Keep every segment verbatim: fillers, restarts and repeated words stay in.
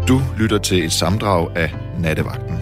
Du lytter til et sammendrag af Nattevagten.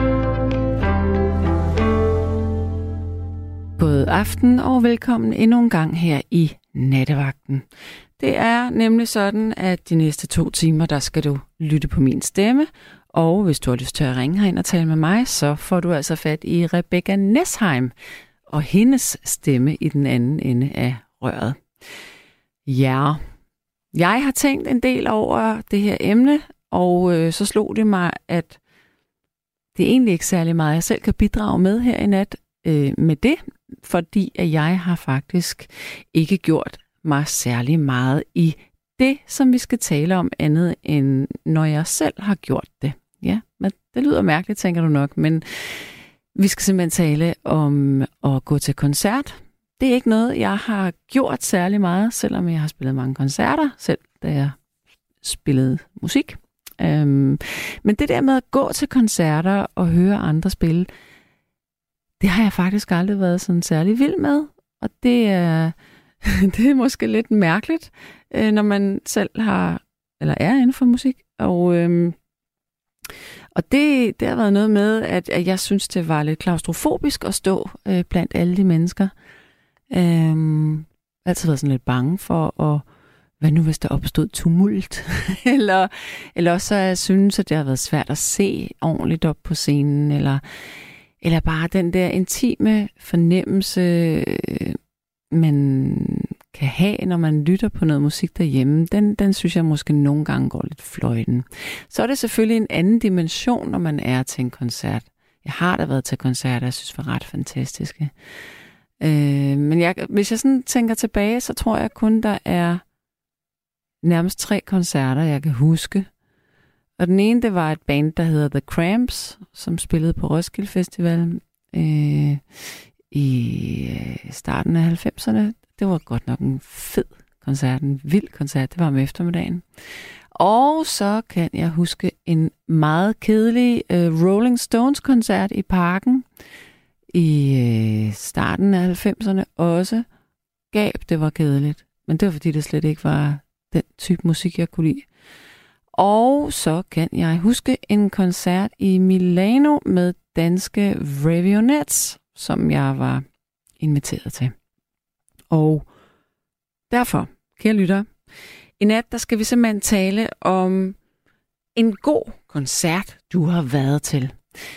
God aften og velkommen endnu en gang her i Nattevagten. Det er nemlig sådan, at de næste to timer, der skal du lytte på min stemme. Og hvis du har lyst til at ringe herind og tale med mig, så får du altså fat i Rebecca Nesheim og hendes stemme i den anden ende af røret. Ja, jeg har tænkt en del over det her emne, og øh, så slog det mig, at det er egentlig ikke særlig meget, jeg selv kan bidrage med her i nat øh, med det, fordi at jeg har faktisk ikke gjort mig særlig meget i det, som vi skal tale om, andet end når jeg selv har gjort det. Ja, men det lyder mærkeligt, tænker du nok, men vi skal simpelthen tale om at gå til koncert. Det er ikke noget, jeg har gjort særlig meget, selvom jeg har spillet mange koncerter, selv da jeg spillede musik. Øhm, men det der med at gå til koncerter og høre andre spille, det har jeg faktisk aldrig været sådan særlig vild med. Og det er, det er måske lidt mærkeligt, øh, når man selv har, eller er inden for musik. Og, øhm, og det, det har været noget med, at, at jeg synes, det var lidt klaustrofobisk at stå øh, blandt alle de mennesker. Øhm, jeg har altid været sådan lidt bange for at hvad nu hvis der opstod tumult? eller, eller også så jeg synes, at det har været svært at se ordentligt op på scenen, eller, eller bare den der intime fornemmelse, man kan have, når man lytter på noget musik derhjemme, den, den synes jeg måske nogle gange går lidt fløjten. Så er det selvfølgelig en anden dimension, når man er til en koncert. Jeg har da været til koncerter, jeg synes var ret fantastiske. Øh, men jeg, hvis jeg sådan tænker tilbage, så tror jeg kun, der er nærmest tre koncerter, jeg kan huske. Og den ene, det var et band, der hedder The Cramps, som spillede på Roskilde Festival øh, i øh, starten af halvfemserne. Det var godt nok en fed koncert, en vild koncert. Det var om eftermiddagen. Og så kan jeg huske en meget kedelig øh, Rolling Stones-koncert i Parken i øh, starten af halvfemserne også. Gab, det var kedeligt. Men det var, fordi det slet ikke var den type musik, jeg kunne lide. Og så kan jeg huske en koncert i Milano med danske Ravionettes, som jeg var inviteret til. Og derfor, kære lytter, i nat, der skal vi simpelthen tale om en god koncert, du har været til.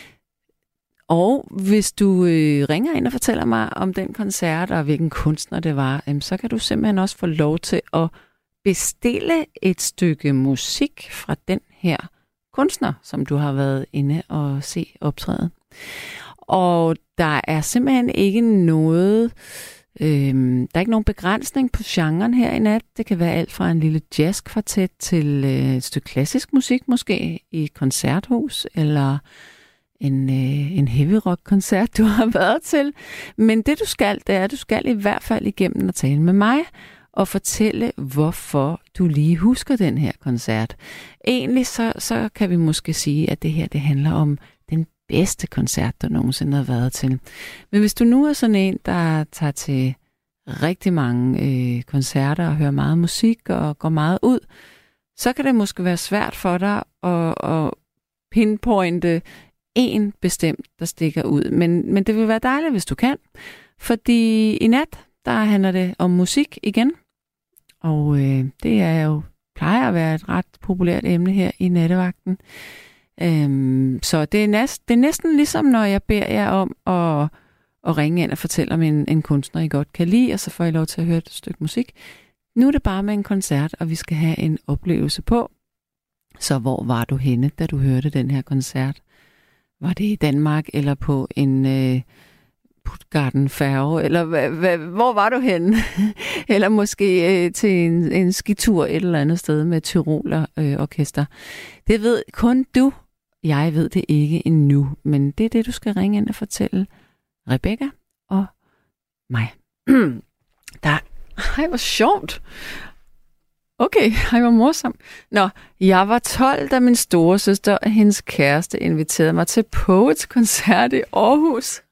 Og hvis du øh, ringer ind og fortæller mig om den koncert, og hvilken kunstner det var, øh, så kan du simpelthen også få lov til at bestille et stykke musik fra den her kunstner, som du har været inde og se optræde. Og der er simpelthen ikke noget, øh, der er ikke nogen begrænsning på genren her i nat. Det kan være alt fra en lille jazzkvartet til øh, et stykke klassisk musik, måske i et koncerthus, eller en, øh, en heavy rock koncert, du har været til. Men det du skal, det er, at du skal i hvert fald igennem og tale med mig, og fortælle, hvorfor du lige husker den her koncert. Egentlig så, så kan vi måske sige, at det her det handler om den bedste koncert, der nogensinde har været til. Men hvis du nu er sådan en, der tager til rigtig mange øh, koncerter og hører meget musik og går meget ud, så kan det måske være svært for dig at, at pinpointe en bestemt, der stikker ud. Men, men det vil være dejligt, hvis du kan. Fordi i nat, der handler det om musik igen. Og øh, det er jo, plejer at være et ret populært emne her i Nattevagten. Øhm, så det er, næst, det er næsten ligesom, når jeg beder jer om at, at ringe ind og fortælle om en, en kunstner, I godt kan lide, og så får I lov til at høre et stykke musik. Nu er det bare med en koncert, og vi skal have en oplevelse på. Så hvor var du henne, da du hørte den her koncert? Var det i Danmark, eller på en øh, Puttgarden-færge, eller hva, hva, hvor var du henne? Eller måske øh, til en, en skitur et eller andet sted med Tyroler øh, orkester. Det ved kun du. Jeg ved det ikke endnu, men det er det, du skal ringe ind og fortælle Rebecca og mig. Der, ej, hvor sjovt. Okay, ej, hvor morsomt. Nå, jeg var tolv, da min storesøster og hendes kæreste inviterede mig til Poets-koncert i Aarhus.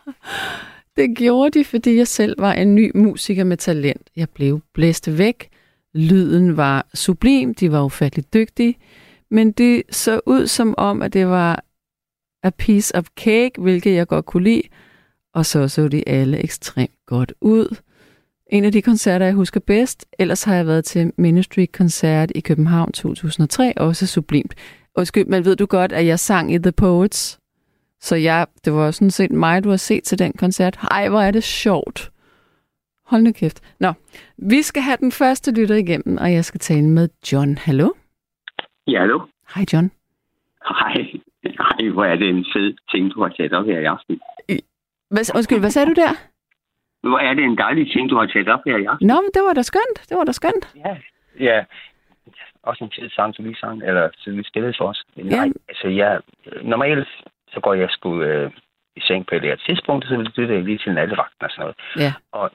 Det gjorde de, fordi jeg selv var en ny musiker med talent. Jeg blev blæst væk. Lyden var sublim, de var ufattelig dygtige. men det så ud som om, at det var a piece of cake, hvilket jeg godt kunne lide, og så så de alle ekstremt godt ud. En af de koncerter, jeg husker bedst, ellers har jeg været til Ministry-koncert i København to tusind og tre, også sublimt. Undskyld, men ved du godt, at jeg sang i The Poets? Så jeg, det var sådan set mig, du har set til den koncert. Ej, hvor er det sjovt. Hold nu kæft. Nå, vi skal have den første lytter igennem, og jeg skal tale med John. Hallo? Ja, hallo. Hej, John. Hej. Hej, hvor er det en fed ting, du har taget op her i aften. Hvad, undskyld, hvad sagde du der? Hvor er det en dejlig ting, du har taget op her i aften. Nå, men det var da skønt. Det var da skønt. Ja, ja. Også en fed sang, som vi sang, eller som vi spillede for os. Men ja. Nej, altså jeg... Normalt, så går jeg sgu øh, i seng på et eller andet tidspunkt, så lytter jeg lige til nattevagten og sådan noget. Ja. Og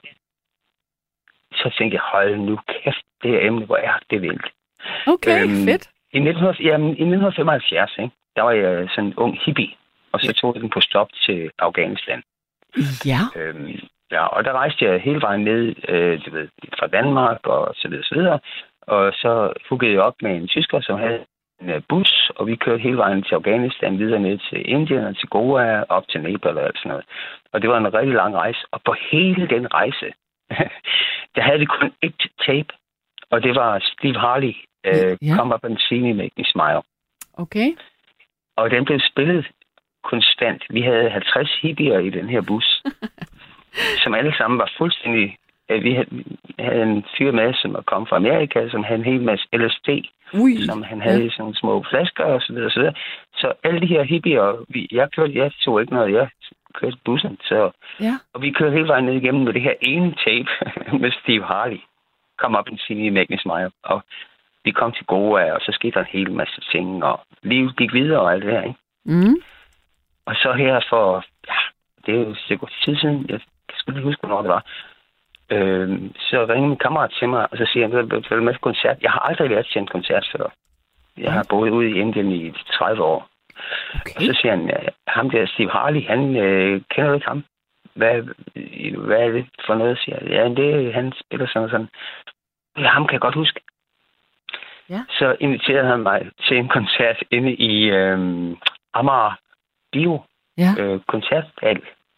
så tænkte jeg, hold nu kæft, det her emne, hvor er det vildt. Okay, øhm, fedt. I nitten, jamen, i nitten femoghalvfjerds, ikke, der var jeg sådan en ung hippie, og så tog jeg den på stop til Afghanistan. Ja. Øhm, ja, og der rejste jeg hele vejen ned, øh, du ved, fra Danmark og så videre, så videre. Og så huggede jeg op med en tysker, som havde en bus, og vi kørte hele vejen til Afghanistan, videre ned til Indien og til Goa, op til Nepal og alt sådan noget. Og det var en rigtig lang rejse, og på hele den rejse, der havde det kun et tape, og det var Steve Harley, uh, ja. Come Up and See Me, Make Me Smile. Okay. Og den blev spillet konstant. Vi havde halvtreds hippier i den her bus, som alle sammen var fuldstændig... Uh, vi, havde, vi havde en fyr med, som var kommet fra Amerika, som havde en hel masse L S D, Ui. som han havde ja. i sådan små flasker og så videre, så videre. Så alle de her hippier, vi, jeg kørte, jeg tog ikke noget, jeg kørte bussen, så... Ja. Og vi kørte hele vejen ned igennem med det her ene tape med Steve Harley. Kom op en scene i Make Me Smile, og vi kom til Goa, og så skete der en hel masse ting, og livet gik videre og alt det her, ikke? Mm. Og så her for, ja, det er jo sikkert tid siden, jeg skal ikke huske, hvornår det var, øh, så ringede min kammerat til mig, og så siger han, vil du med til koncert? Jeg har aldrig været til en koncert før. Jeg har boet ude i Indien i tredive år. Okay. Og så siger han, ja, ham der Steve Harley, han øh, kender du ikke ham? Hvad, hvad er det for noget, siger jeg? Ja, det han spiller sådan og sådan. Ja, ham kan jeg godt huske. Ja. Så inviterede han mig til en koncert inde i øh, Amager Bio ja. øh, koncertsal.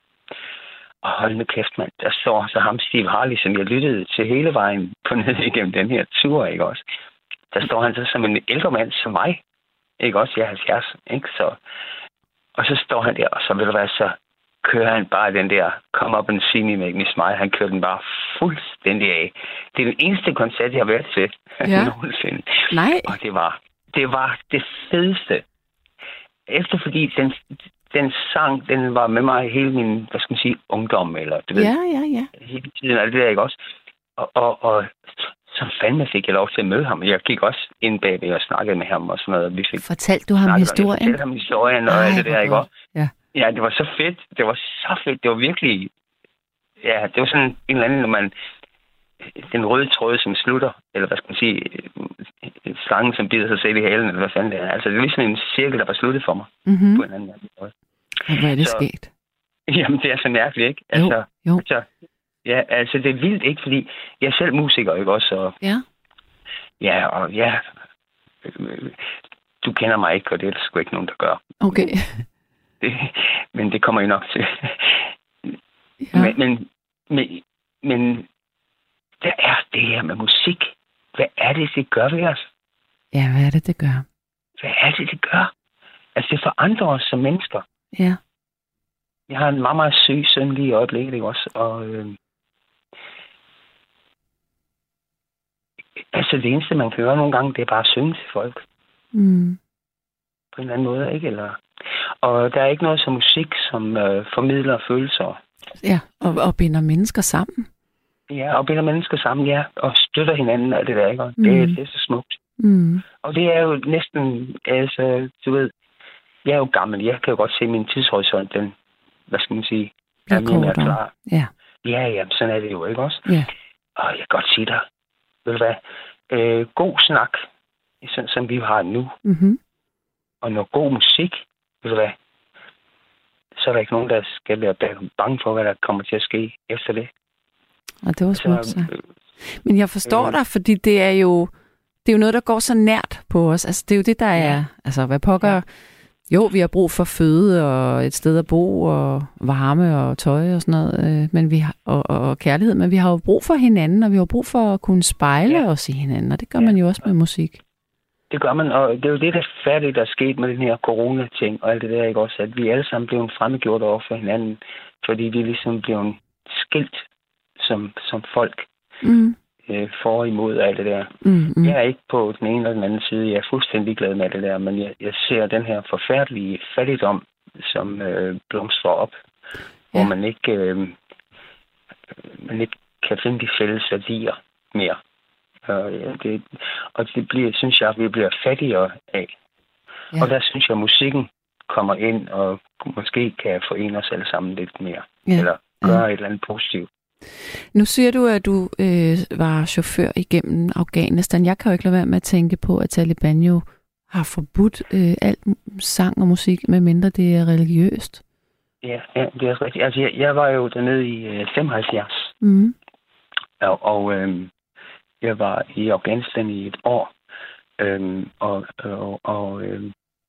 Og hold nu kæft, mand. Der står så ham Steve Harley, som jeg lyttede til hele vejen på ned igennem den her tur, ikke også? Der står han så som en ældre mand som mig. Ikke også? Jeg er halvfjerds, ikke? Så, og så står han der, og så vil det være så kører han bare den der Come Up and See Me, Make Me Smile. Han kører den bare fuldstændig af. Det er den eneste koncert, jeg har været til ja. nogensinde. Nej. Og det var, det var det fedeste. Efter fordi den, den sang, den var med mig hele min, hvad skal man sige, ungdom, eller du ved. Ja, ja, ja. Hele tiden, alt det der, ikke også? Og, og, og så fandme fik jeg lov til at møde ham. Jeg gik også ind bagved og snakkede med ham og sådan noget. Vi fik fortalte du ham historien? Jeg fortalte ham historien og Ej, alt det der, ikke også? Ja. Ja, det var så fedt. Det var så fedt. Det var virkelig... Ja, det var sådan en eller anden, når man... Den røde tråd, som slutter, eller hvad skal man sige, slangen, som bider sig selv i halen, eller hvad fanden det er. Altså, det var ligesom en cirkel, der var sluttet for mig. Mm-hmm. På en anden måde. Og hvad er det så, sket? Jamen, det er så mærkeligt, ikke? Altså, jo, jo. Altså, ja, altså, det er vildt, ikke? Fordi jeg er selv musiker, ikke også? Og, ja. Ja, og ja... Du kender mig ikke, og det er der sgu ikke nogen, der gør. Okay. Det, men det kommer I nok til. Ja. Men, men, men, men der er det her med musik. Hvad er det, det gør ved os? Ja, hvad er det, det gør? Hvad er det, det gør? Altså, det forandrer os som mennesker. Ja. Jeg har en meget, meget syg søn lige i øjeblikket, ikke også? Og, øh, altså, det eneste, man kan gøre nogle gange, det er bare at synge til folk. Mm. På en eller anden måde, ikke? Eller... Og der er ikke noget som musik, som øh, formidler følelser. Ja, og, og binder mennesker sammen. Ja, og binder mennesker sammen, ja. Og støtter hinanden og det der, ikke? Og mm. det, det er så smukt. Mm. Og det er jo næsten, altså, du ved, jeg er jo gammel. Jeg kan jo godt se min tidshorisont, den, hvad skal man sige, er mere mere klar. Ja. Ja, ja, sådan er det jo, ikke også? Ja. Og jeg kan godt sige dig, ved du hvad, øh, god snak, sådan som vi har nu, mm-hmm. og noget god musik, ved du hvad, så er der ikke nogen, der skal være bange for, hvad der kommer til at ske efter det. Og det var smukt, så. Men jeg forstår øh, dig, fordi det er jo, det er jo noget, der går så nært på os. Altså, det er jo det, der er... Ja. Altså, hvad pokker... Ja. Jo, vi har brug for føde og et sted at bo og varme og tøj og sådan noget, øh, men vi har, og, og kærlighed, men vi har jo brug for hinanden, og vi har brug for at kunne spejle ja. os i hinanden, og det gør ja. man jo også med musik. Det gør man, og det er jo det, der er færdigt, der er sket med den her corona-ting og alt det der, ikke også, at vi alle sammen blev fremmedgjort over for hinanden, fordi vi ligesom blev skilt som, som folk. Mm. For og imod alt det der. Mm-hmm. Jeg er ikke på den ene eller den anden side. Jeg er fuldstændig glad med det der, men jeg, jeg ser den her forfærdelige fattigdom, som øh, blomstrer op, ja. hvor man ikke, øh, man ikke kan finde de fælles værdier mere. Og, ja, det, og det bliver, synes jeg, at vi bliver fattigere af. Ja. Og der synes jeg, at musikken kommer ind og måske kan forene os alle sammen lidt mere. Ja. Eller gøre ja. et eller andet positivt. Nu siger du, at du øh, var chauffør igennem Afghanistan. Jeg kan jo ikke lade være med at tænke på, at Taliban jo har forbudt øh, alt sang og musik, medmindre det er religiøst. Ja, ja, det er rigtigt. Altså, jeg, jeg var jo dernede i øh, femoghalvfjerds. Mm. Og, og øh, jeg var i Afghanistan i et år. Øh, og og, og øh,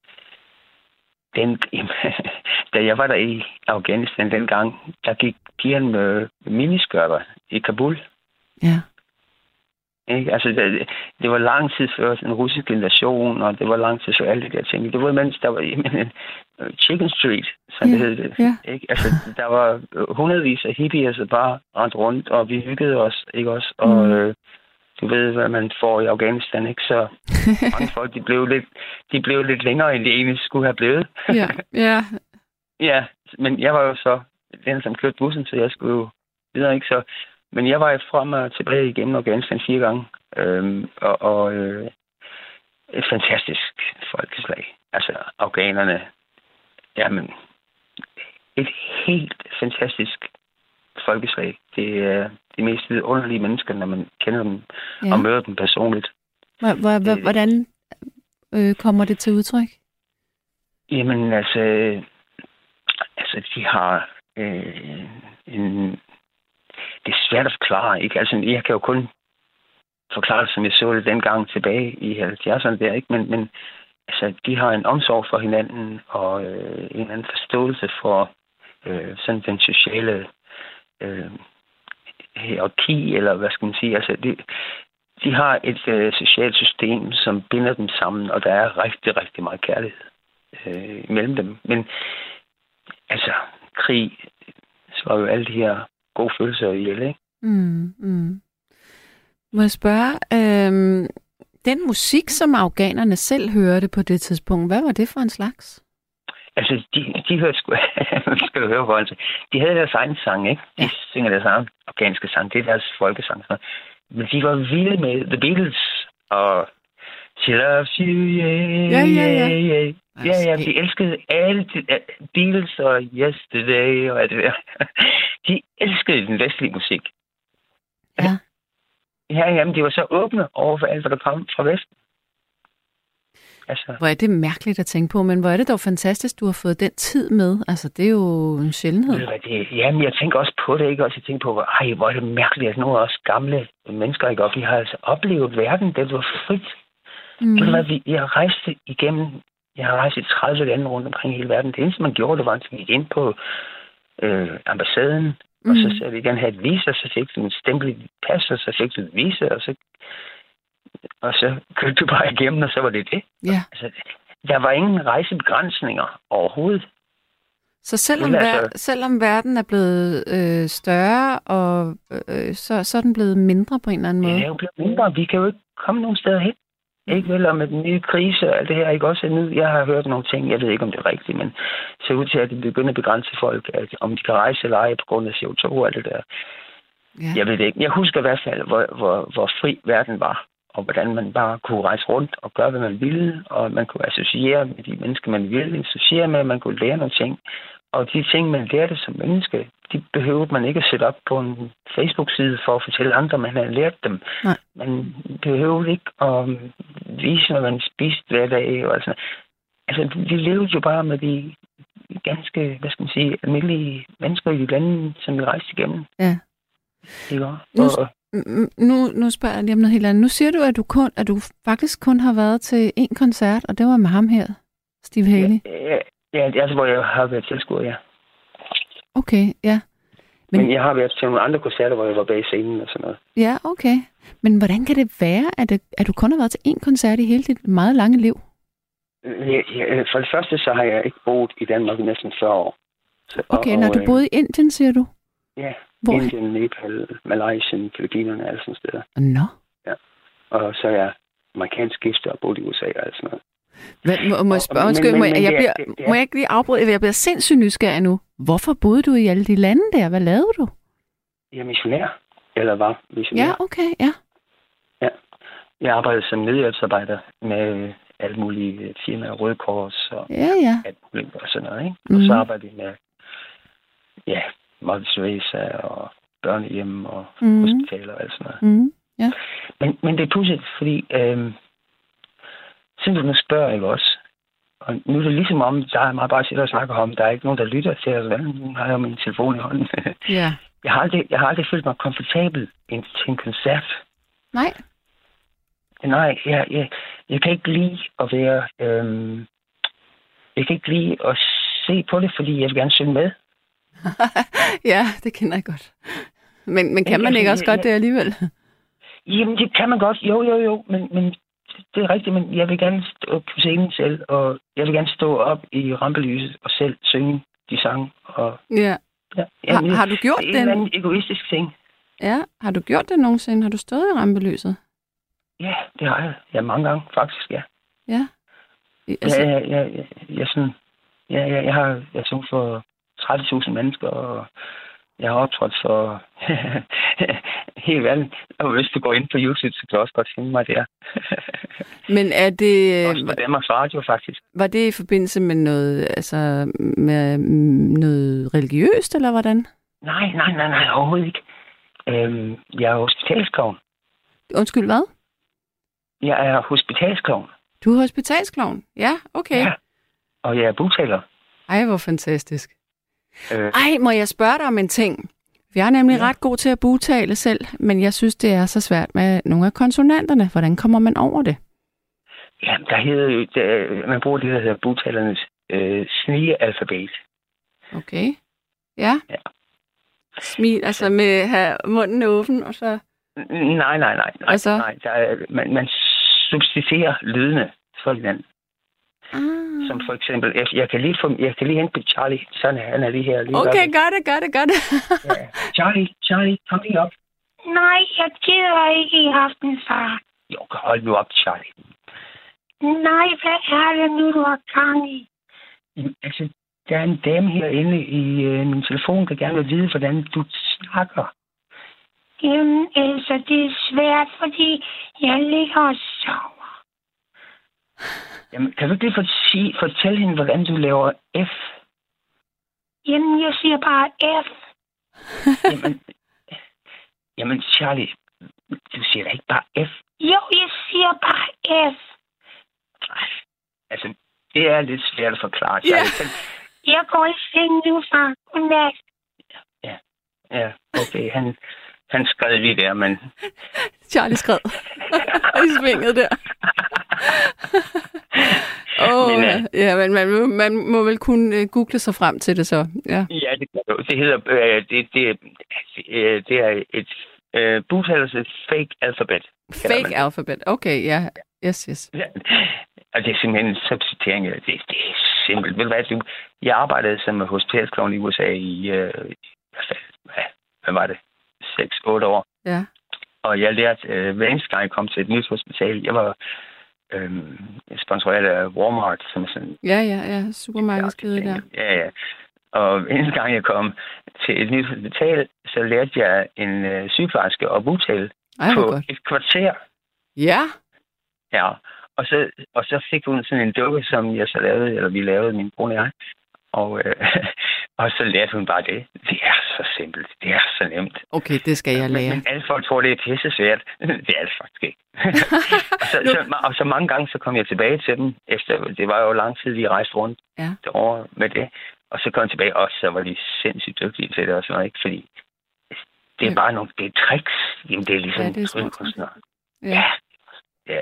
den, da jeg var der i Afghanistan dengang, der gik pigerne med miniskørter i Kabul. Ja. Ikke? Altså, det, det var lang tid før den russiske invasion, og det var lang tid før alle de der ting. Det var imens, der var jamen, Chicken Street, som ja. det hed det. Ja. Ikke? Altså, der var hundredvis af hippier, så bare rendt rundt, og vi hyggede os, ikke også? Og mm. øh, du ved, hvad man får i Afghanistan, ikke? Så mange folk, de blev lidt, de blev lidt længere, end de egentlig skulle have blevet. Ja, ja. Ja, men jeg var jo så den, som kørte bussen, så jeg skulle jo videre, ikke? Så, men jeg var jo frem og tilbage igennem Afghanistan fire gange. Øhm, og og øh, et fantastisk folkeslag. Altså, afghanerne, jamen, et helt fantastisk folkeslag. Det er de mest vidunderlige mennesker, når man kender dem ja. og møder dem personligt. Hvordan øh, kommer det til udtryk? Jamen, altså, altså de har øh, en... Det er svært at forklare, ikke? Altså, jeg kan jo kun forklare det, som jeg så det dengang tilbage i halvfjerdserne der, ikke? Men, men altså, de har en omsorg for hinanden og øh, en eller anden forståelse for øh, sådan den sociale øh, hierarki, eller hvad skal man sige. Altså, de, de har et øh, socialt system, som binder dem sammen, og der er rigtig, rigtig meget kærlighed øh, mellem dem. Men altså, krig, så var jo alle de her gode følelser ihjel, ikke? Mm, mm. Må jeg spørge, øh, den musik, som afghanerne selv hørte på det tidspunkt, hvad var det for en slags? Altså, de, de hørte sgu... skal du høre for altså. De havde deres egen sang, ikke? De ja. synger deres egen afghanske sang. Det er deres folkesang. Men de var vilde med The Beatles og She Loves You, yeah, ja, ja, ja. yeah, yeah. Ja, ja, de elskede alle de, Beatles og Yesterday og alt det der. De elskede den vestlige musik. Ja. Ja, jamen, de var så åbne over for alt, hvad der kom fra Vesten. Altså. Hvor er det mærkeligt at tænke på, men hvor er det dog fantastisk, du har fået den tid med. Altså, det er jo en sjældenhed. Det, jamen, jeg tænker også på det, ikke? Også jeg tænker på, ej, hvor er det mærkeligt, at nogle af os gamle mennesker, ikke? Og vi har altså oplevet verden, det var frit. Mm. Det var, vi, jeg har rejst igennem, jeg har rejst i tredive lande rundt omkring hele verden. Det eneste, man gjorde, det var, at vi gik ind på øh, ambassaden, mm. og så sagde vi gerne have et visa, så fik du en stempel i pas, og så fik du et visa, og så og så kørte du bare igennem, og så var det det. Ja. Altså, der var ingen rejsebegrænsninger overhovedet. Så selvom, ver- altså, selvom verden er blevet øh, større, og øh, så, så er den blevet mindre på en eller anden måde? Ja, det er jo blevet mindre. Vi kan jo ikke komme nogen steder hen. Ikke vel, og med den nye krise og alt det her, ikke også nu. Jeg har hørt nogle ting, jeg ved ikke, om det er rigtigt, men det ser ud til, at det begynder at begrænse folk, at, om de kan rejse eller ej på grund af C O to og alt det der. Ja. Jeg ved det ikke. Jeg husker i hvert fald, hvor, hvor, hvor fri verden var, og hvordan man bare kunne rejse rundt og gøre, hvad man ville, og man kunne associere med de mennesker, man ville associere med, man kunne lære nogle ting. Og de ting, man lærte som menneske, de behøvede man ikke at sætte op på en Facebook-side for at fortælle andre, man havde lært dem. Nej. Man behøvede ikke at vise, hvad man spiste hver dag. Og altså, altså, vi levede jo bare med de ganske, hvad skal man sige, almindelige mennesker i de lande, som vi rejste igennem. Ja. Ikke? Og, nu, nu, nu spørger jeg lige om noget helt andet. Nu siger du, at du, kun, at du faktisk kun har været til én koncert, og det var med ham her, Steve Haley. Ja, ja, det er altså, hvor jeg har været tilskuer, ja. Okay, ja. Men, Men jeg har været til nogle andre koncerter, hvor jeg var bag scenen og sådan noget. Ja, okay. Men hvordan kan det være, at, det, at du kun har været til én koncert i hele dit meget lange liv? Ja, ja, for det første, så har jeg ikke boet i Danmark i næsten fyrre år. Så, Okay, og, når du øh, boede i Indien, siger du? Ja, Hvor? Indien, Nepal, Malaysia, Filippinerne, alle sådan steder. Nå. Ja. Og så er jeg amerikansk gift og boet i U S A og alt sådan noget. Hvad, må, må jeg spørge, Men- undskyld, men- må, jeg, men jeg det er- bliver, det- det er- må jeg ikke lige afbryde? Jeg bliver sindssygt nysgerrig nu. Hvorfor boede du i alle de lande der? Hvad lavede du? Jeg er missionær, eller var missionær. Ja, okay, ja. Jeg arbejdede som nødhjælpsarbejder med alle mulige firmaer, Røde Kors og Ja, ja. alt muligt og sådan noget. Ikke? Mhm. Og så arbejdede jeg med ja, Mother Teresa og børnehjem og Mhm. hospitaler og alt sådan noget. Mm. Men, men det er pudsigt, fordi øhm, siden du nu spørger, ikke også? Og nu er det ligesom om, der er meget bare at sidde og snakke om, der er ikke nogen, der lytter til os. Nu har jeg min telefon i hånden. Ja. Jeg har aldrig, jeg har aldrig følt mig komfortabel til en koncert. Nej. Nej, jeg, jeg, jeg kan ikke lide at være... Øhm, jeg kan ikke lide at se på det, fordi jeg vil gerne synge med. Ja, det kender jeg godt. Men, men kan man Ja, ikke ja, også godt ja. det alligevel? Jamen, det kan man godt. Jo, jo, jo. Men, men det er rigtigt, men jeg vil gerne stå på scenen selv, og jeg vil gerne stå op i rampelyset og selv synge de sange. Og, Ja. ja, Har, har du gjort det er en eller den? anden egoistisk ting. Ja, har du gjort det nogensinde? Har du stået i rampelyset? Ja, det har jeg. Ja, mange gange faktisk, ja. Ja. I- Altså, Altså, ja, ja, ja, jeg, jeg, sådan, ja, ja, jeg har jeg sunget for tredive tusind mennesker, og jeg har optrådt for hele verden. Og hvis du går ind på YouTube, så kan du også godt finde mig der. men er det, Også på Danmarks Radio, faktisk. var det i forbindelse med noget, altså, med mm, noget religiøst, eller hvordan? Nej, nej, nej, nej, overhovedet ikke. Øhm, jeg er hospitalsklovn. Undskyld, hvad? Jeg er hospitalsklovn. Du er hospitalsklovn? Ja, okay. Ja. Og jeg er bogtaler. Ej, hvor fantastisk. Øh, Ej, må jeg spørge dig om en ting? Jeg er nemlig Ja. ret god til at bugtale selv, men jeg synes, det er så svært med nogle af konsonanterne. Hvordan kommer man over det? ja, der hedder jo, der, man bruger det, der hedder bogtalernes øh, snigealfabet. Okay. Ja. Ja. Smil, altså med at have munden åben, og så... Nej, nej, nej. nej, Og så? nej der er, man, man substituerer lydene for hinanden. Ah. Som for eksempel, jeg, jeg, kan lige få, jeg kan lige hente på Charlie. Sådan er han er lige her. Lige Okay, gør det, gør det, gør det. Ja. Charlie, Charlie, kom lige op. Nej, jeg gider ikke i aften, far. Jo, hold nu op, Charlie. Nej, hvad er det nu, du har gang i? Jamen, altså, der er en dame herinde i øh, min telefon, der gerne vil vide, hvordan du snakker. Jamen, altså, det er svært, fordi jeg ligger og sover. Jamen, kan du ikke lige fortælle, fortælle hende, hvordan du laver F? Jamen, jeg siger bare F. Jamen, jamen, Charlie, du siger da ikke bare F. Jo, jeg siger bare F. Ej, altså, det er lidt svært at forklare, Charlie. Ja. Jeg går i seng nu, far. Godnat. Ja, okay, han, han skrev lige der, men... Charlie skred. I svinget der. Åh, Men, oh, øh, ja, men man, må- man må vel kunne uh, google sig frem til det så. Ja. Ja, det, det hedder... Øh, det, det, øh, det er et... Øh, bogtalers fake alfabet. kalder man Fake det. alphabet. Okay, ja. Yes, yes. Ja. Og det er simpelthen en substituering. Det, det er simpelt. Ved du hvad, du, jeg arbejdede som hospitalsklovn i U S A i... Øh, hvad, hvad var det? seks otte år. Ja. Og jeg lærte, øh, hver eneste gang jeg kom til et nyt hospital, jeg var øh, sponsoreret af Walmart, som er sådan... Ja, ja, ja. Supermarkedskæde der. Ja, ja. Og hver eneste gang jeg kom til et nyt hospital, så lærte jeg en øh, sygeplejerske at bogtale Ej, hvor på godt. et kvarter. Ja. Ja, og så, og så fik hun sådan en dukke, som jeg så lavede, eller vi lavede, min kone og jeg. Og, øh, og så lærte hun bare det. Det er så simpelt. Det er så nemt. Okay, det skal jeg lære. Men, men alle folk tror, det er pisse svært. Det er det faktisk ikke. og, så, så, og så mange gange, så kom jeg tilbage til dem. Efter, det var jo lang tid, vi rejste rundt Ja. derovre med det. Og så kom jeg tilbage, og så var de sindssygt dygtige til det og sådan noget, ikke? Fordi Det er Ja. bare nogle, det er tricks. Jamen, det er ligesom Ja, det er tryllekunstner. Ja. Ja. Ja,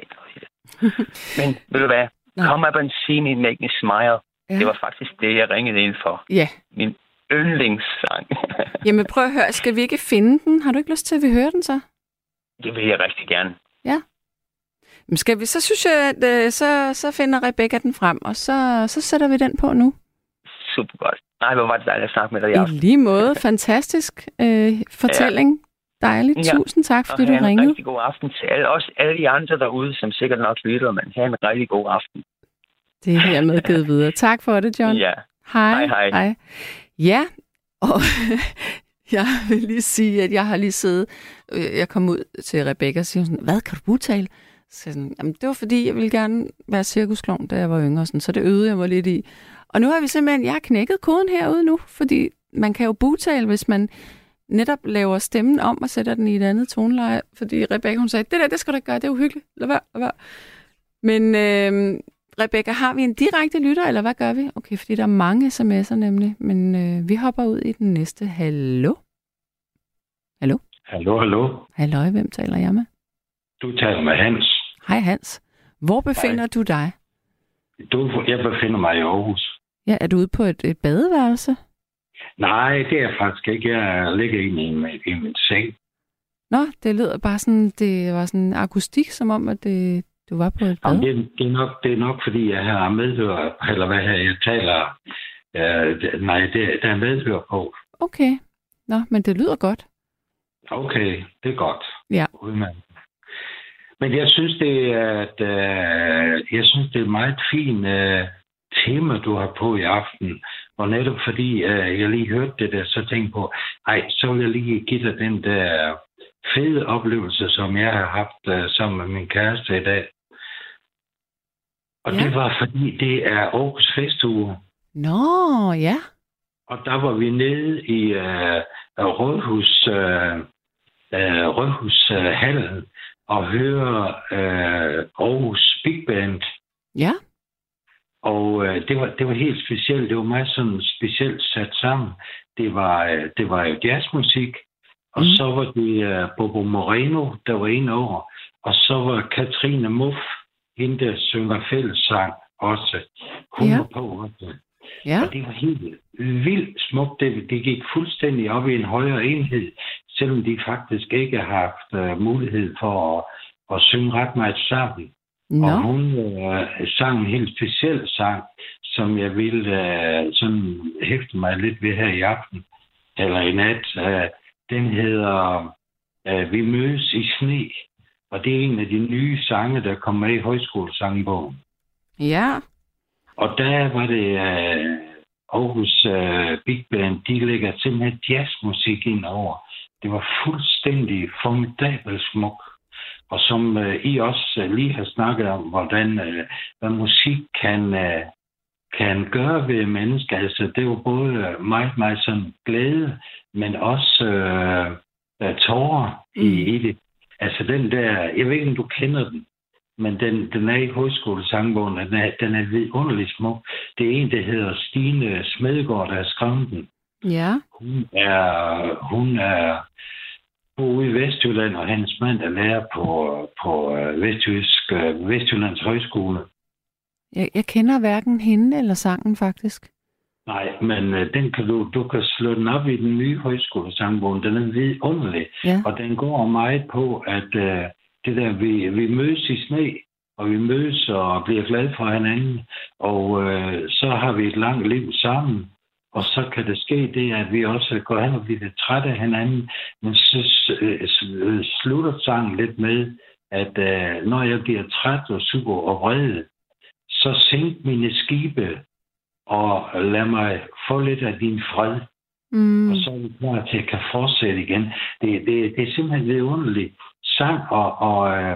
men ved du hvad? Nå. Come up and see me, make me smile. Ja. Det var faktisk det, jeg ringede ind for. Ja. Min yndlingssang. Jamen prøv at høre, skal vi ikke finde den? Har du ikke lyst til, at vi hører den så? Det vil jeg rigtig gerne. Ja. Men skal vi, så synes jeg, at øh, så, så finder Rebecca den frem, og så, så sætter vi den på nu. Super godt. Nej, hvor var det dejligt at snakke med dig i I aften. lige måde. Fantastisk øh, fortælling. Ja. Dejligt. Ja. Tusind tak, fordi Og du have en ringede. rigtig god aften til alle, også alle de andre derude, som sikkert nok lytter, men have en rigtig god aften. Det er hermed givet videre. Tak for det, John. Ja. Hej. Hej, hej. hej. Ja, og jeg vil lige sige, at jeg har lige siddet, øh, jeg kom ud til Rebecca og siger sådan, hvad kan du udtale? Så jeg sådan, jamen det var fordi, jeg ville gerne være cirkusklovn, da jeg var yngre, sådan, så det øvede jeg mig lidt i. Og nu har vi simpelthen, jeg har knækket koden herude nu, fordi man kan jo butale, hvis man netop laver stemmen om og sætter den i et andet toneleje, fordi Rebecca hun sagde, det der, det skal du ikke gøre, det er uhyggeligt, lad være, lad være. Men øh, Rebecca, har vi en direkte lytter, eller hvad gør vi? Okay, fordi der er mange sms'er nemlig, men øh, vi hopper ud i den næste. Hallo? Hallo? Hallo, hallo. Halløj, hvem taler jeg med? Du taler med Hans. Hej Hans. Hvor befinder Hej. du dig? Du, jeg befinder mig i Aarhus. Ja, er du ude på et, et badeværelse? Nej, det er jeg faktisk ikke. Jeg ligger inde i min, i min seng. Nå, det lyder bare sådan, det var sådan akustik, som om, at det, du var på et bad. Jamen, det, det, er nok, det er nok, fordi jeg har medhør, eller hvad her, jeg taler. Øh, det, nej, det, der er medhør på. Okay. Nå, men det lyder godt. Okay, det er godt. Ja. Udmærket. Men jeg synes, det er, at, øh, jeg synes, det er et meget fint øh, tema, du har på i aften. Og netop fordi øh, jeg lige hørte det der, så tænkte jeg på, ej, så vil jeg lige give dig den der fede oplevelse, som jeg har haft øh, sammen med min kæreste i dag. Og Ja. det var fordi, det er Aarhus Festuge. Nå, ja. Og der var vi nede i øh, Rødhus, øh, øh, Rødhushallen og høre øh, Aarhus Big Band. Ja. Og øh, det, var, det var helt specielt. Det var meget sådan specielt sat sammen. Det var, øh, det var jo jazzmusik. Og Mm. så var det øh, Bobo Moreno, der var inde over. Og så var Katrine Muff, hende der synger fællessang også. Hun Ja. var på også. Ja. Og det var helt vildt smukt. Det, det gik fuldstændig op i en højere enhed, selvom de faktisk ikke har haft uh, mulighed for at, at synge ret meget sammen. Nå. Og hun uh, sang en helt speciel sang, som jeg ville uh, sådan hæfte mig lidt ved her i aften, eller i nat. Uh, den hedder uh, Vi mødes i sne, og det er en af de nye sange, der kom med i højskolesangbogen. Ja. Og der var det uh, Aarhus uh, Big Band, de lægger simpelthen jazzmusik ind over. Det var fuldstændig formidabelt smuk. Og som uh, I også uh, lige har snakket om, hvordan uh, hvad musik kan, uh, kan gøre ved mennesker. Altså, det var både meget, meget sådan glæde, men også uh, uh, tårer mm. i, i det. Altså den der, jeg ved ikke, om du kender den, men den, den er i højskolesangbogen, den er, den er vidunderligt smuk. Det er en, der hedder Stine Smedegaard, der har skrevet den. Ja. Hun er, hun er ude i Vestjylland, og hendes mand er lærer på, på Vestjysk, Vestjyllands Højskole. Jeg, jeg kender hverken hende eller sangen, faktisk. Nej, men uh, den kan du, du kan slå den op i den nye højskolesangbogen. Den er vidunderlig, Ja. og den går meget på, at uh, det der, vi, vi mødes i sne, og vi mødes og bliver glade for hinanden, og uh, så har vi et langt liv sammen, og så kan det ske det, at vi også går hen og bliver lidt trætte af hinanden, men så uh, slutter sangen lidt med, at uh, når jeg bliver træt og sur og vred, så sænk mine skibe, og lad mig få lidt af din fred. Mm. Og så er vi klar til at kan fortsætte igen. Det, det, det er simpelthen vidunderligt sang, og, og øh,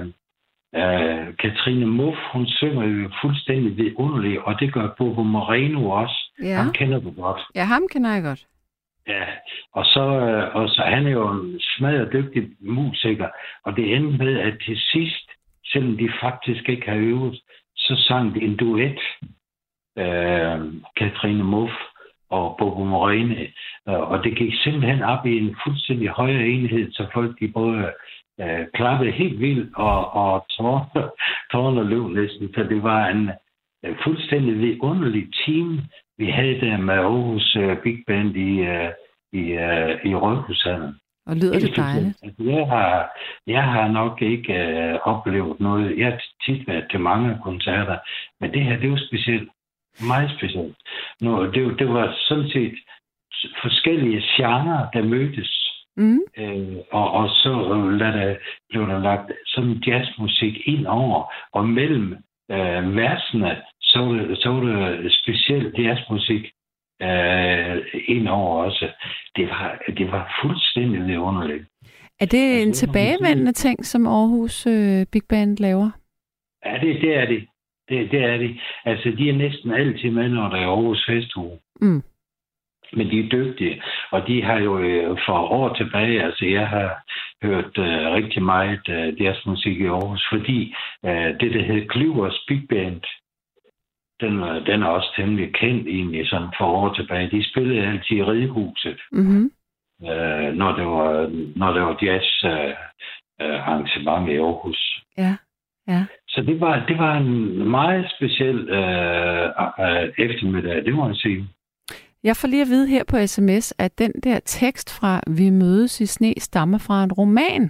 øh, Katrine Muff, hun synger jo fuldstændig vidunderligt, og det gør Bobo Moreno også. Ja. Han kender du godt. Ja, ham kender jeg godt. Ja, og så, øh, og så han er jo en smadret dygtig musiker, og det endte med, at til sidst, selvom de faktisk ikke har øvet, så sang de en duet, øh, Katrine Muff og Bobo Morene. Og det gik simpelthen op i en fuldstændig højere enhed, så folk de både øh, klappede helt vildt, og, og tårerne løb næsten. Så det var en øh, fuldstændig vidunderlig team, vi havde der med Aarhus øh, Big Band i, øh, i, øh, i Rådhushallen. Og lyder det dejligt? Jeg har, jeg har nok ikke øh, oplevet noget. Jeg har tit været til mange koncerter, men det her, det er jo specielt. Meget specielt. Nå, det, det var sådan set forskellige genrer, der mødtes. Mm. Øh, og, og så øh, der, blev der lagt sådan jazzmusik ind over, og mellem øh, versene, så var det, så var det specielt jazzmusik øh, ind over også. Det var, det var fuldstændig vidunderligt. Er det en tilbagevendende ting, som Aarhus øh, Big Band laver? Ja, det, det er det. Det, det er det. Altså, de er næsten altid med, når der er Aarhus Festuge. Mm. Men de er dygtige. Og de har jo øh, for år tilbage, altså jeg har hørt øh, rigtig meget øh, deres musik i Aarhus, fordi øh, det, der hedder Klüvers Big Band, den, den er også temmelig kendt egentlig sådan for år tilbage. De spillede altid i Ridehuset, mm-hmm. øh, når det var, når det var jazz øh, øh, arrangement i Aarhus. Ja. Ja. Så det var, det var en meget speciel øh, øh, eftermiddag, det må jeg sige. Jeg får lige at vide her på sms, at den der tekst fra Vi mødes i sne stammer fra en roman.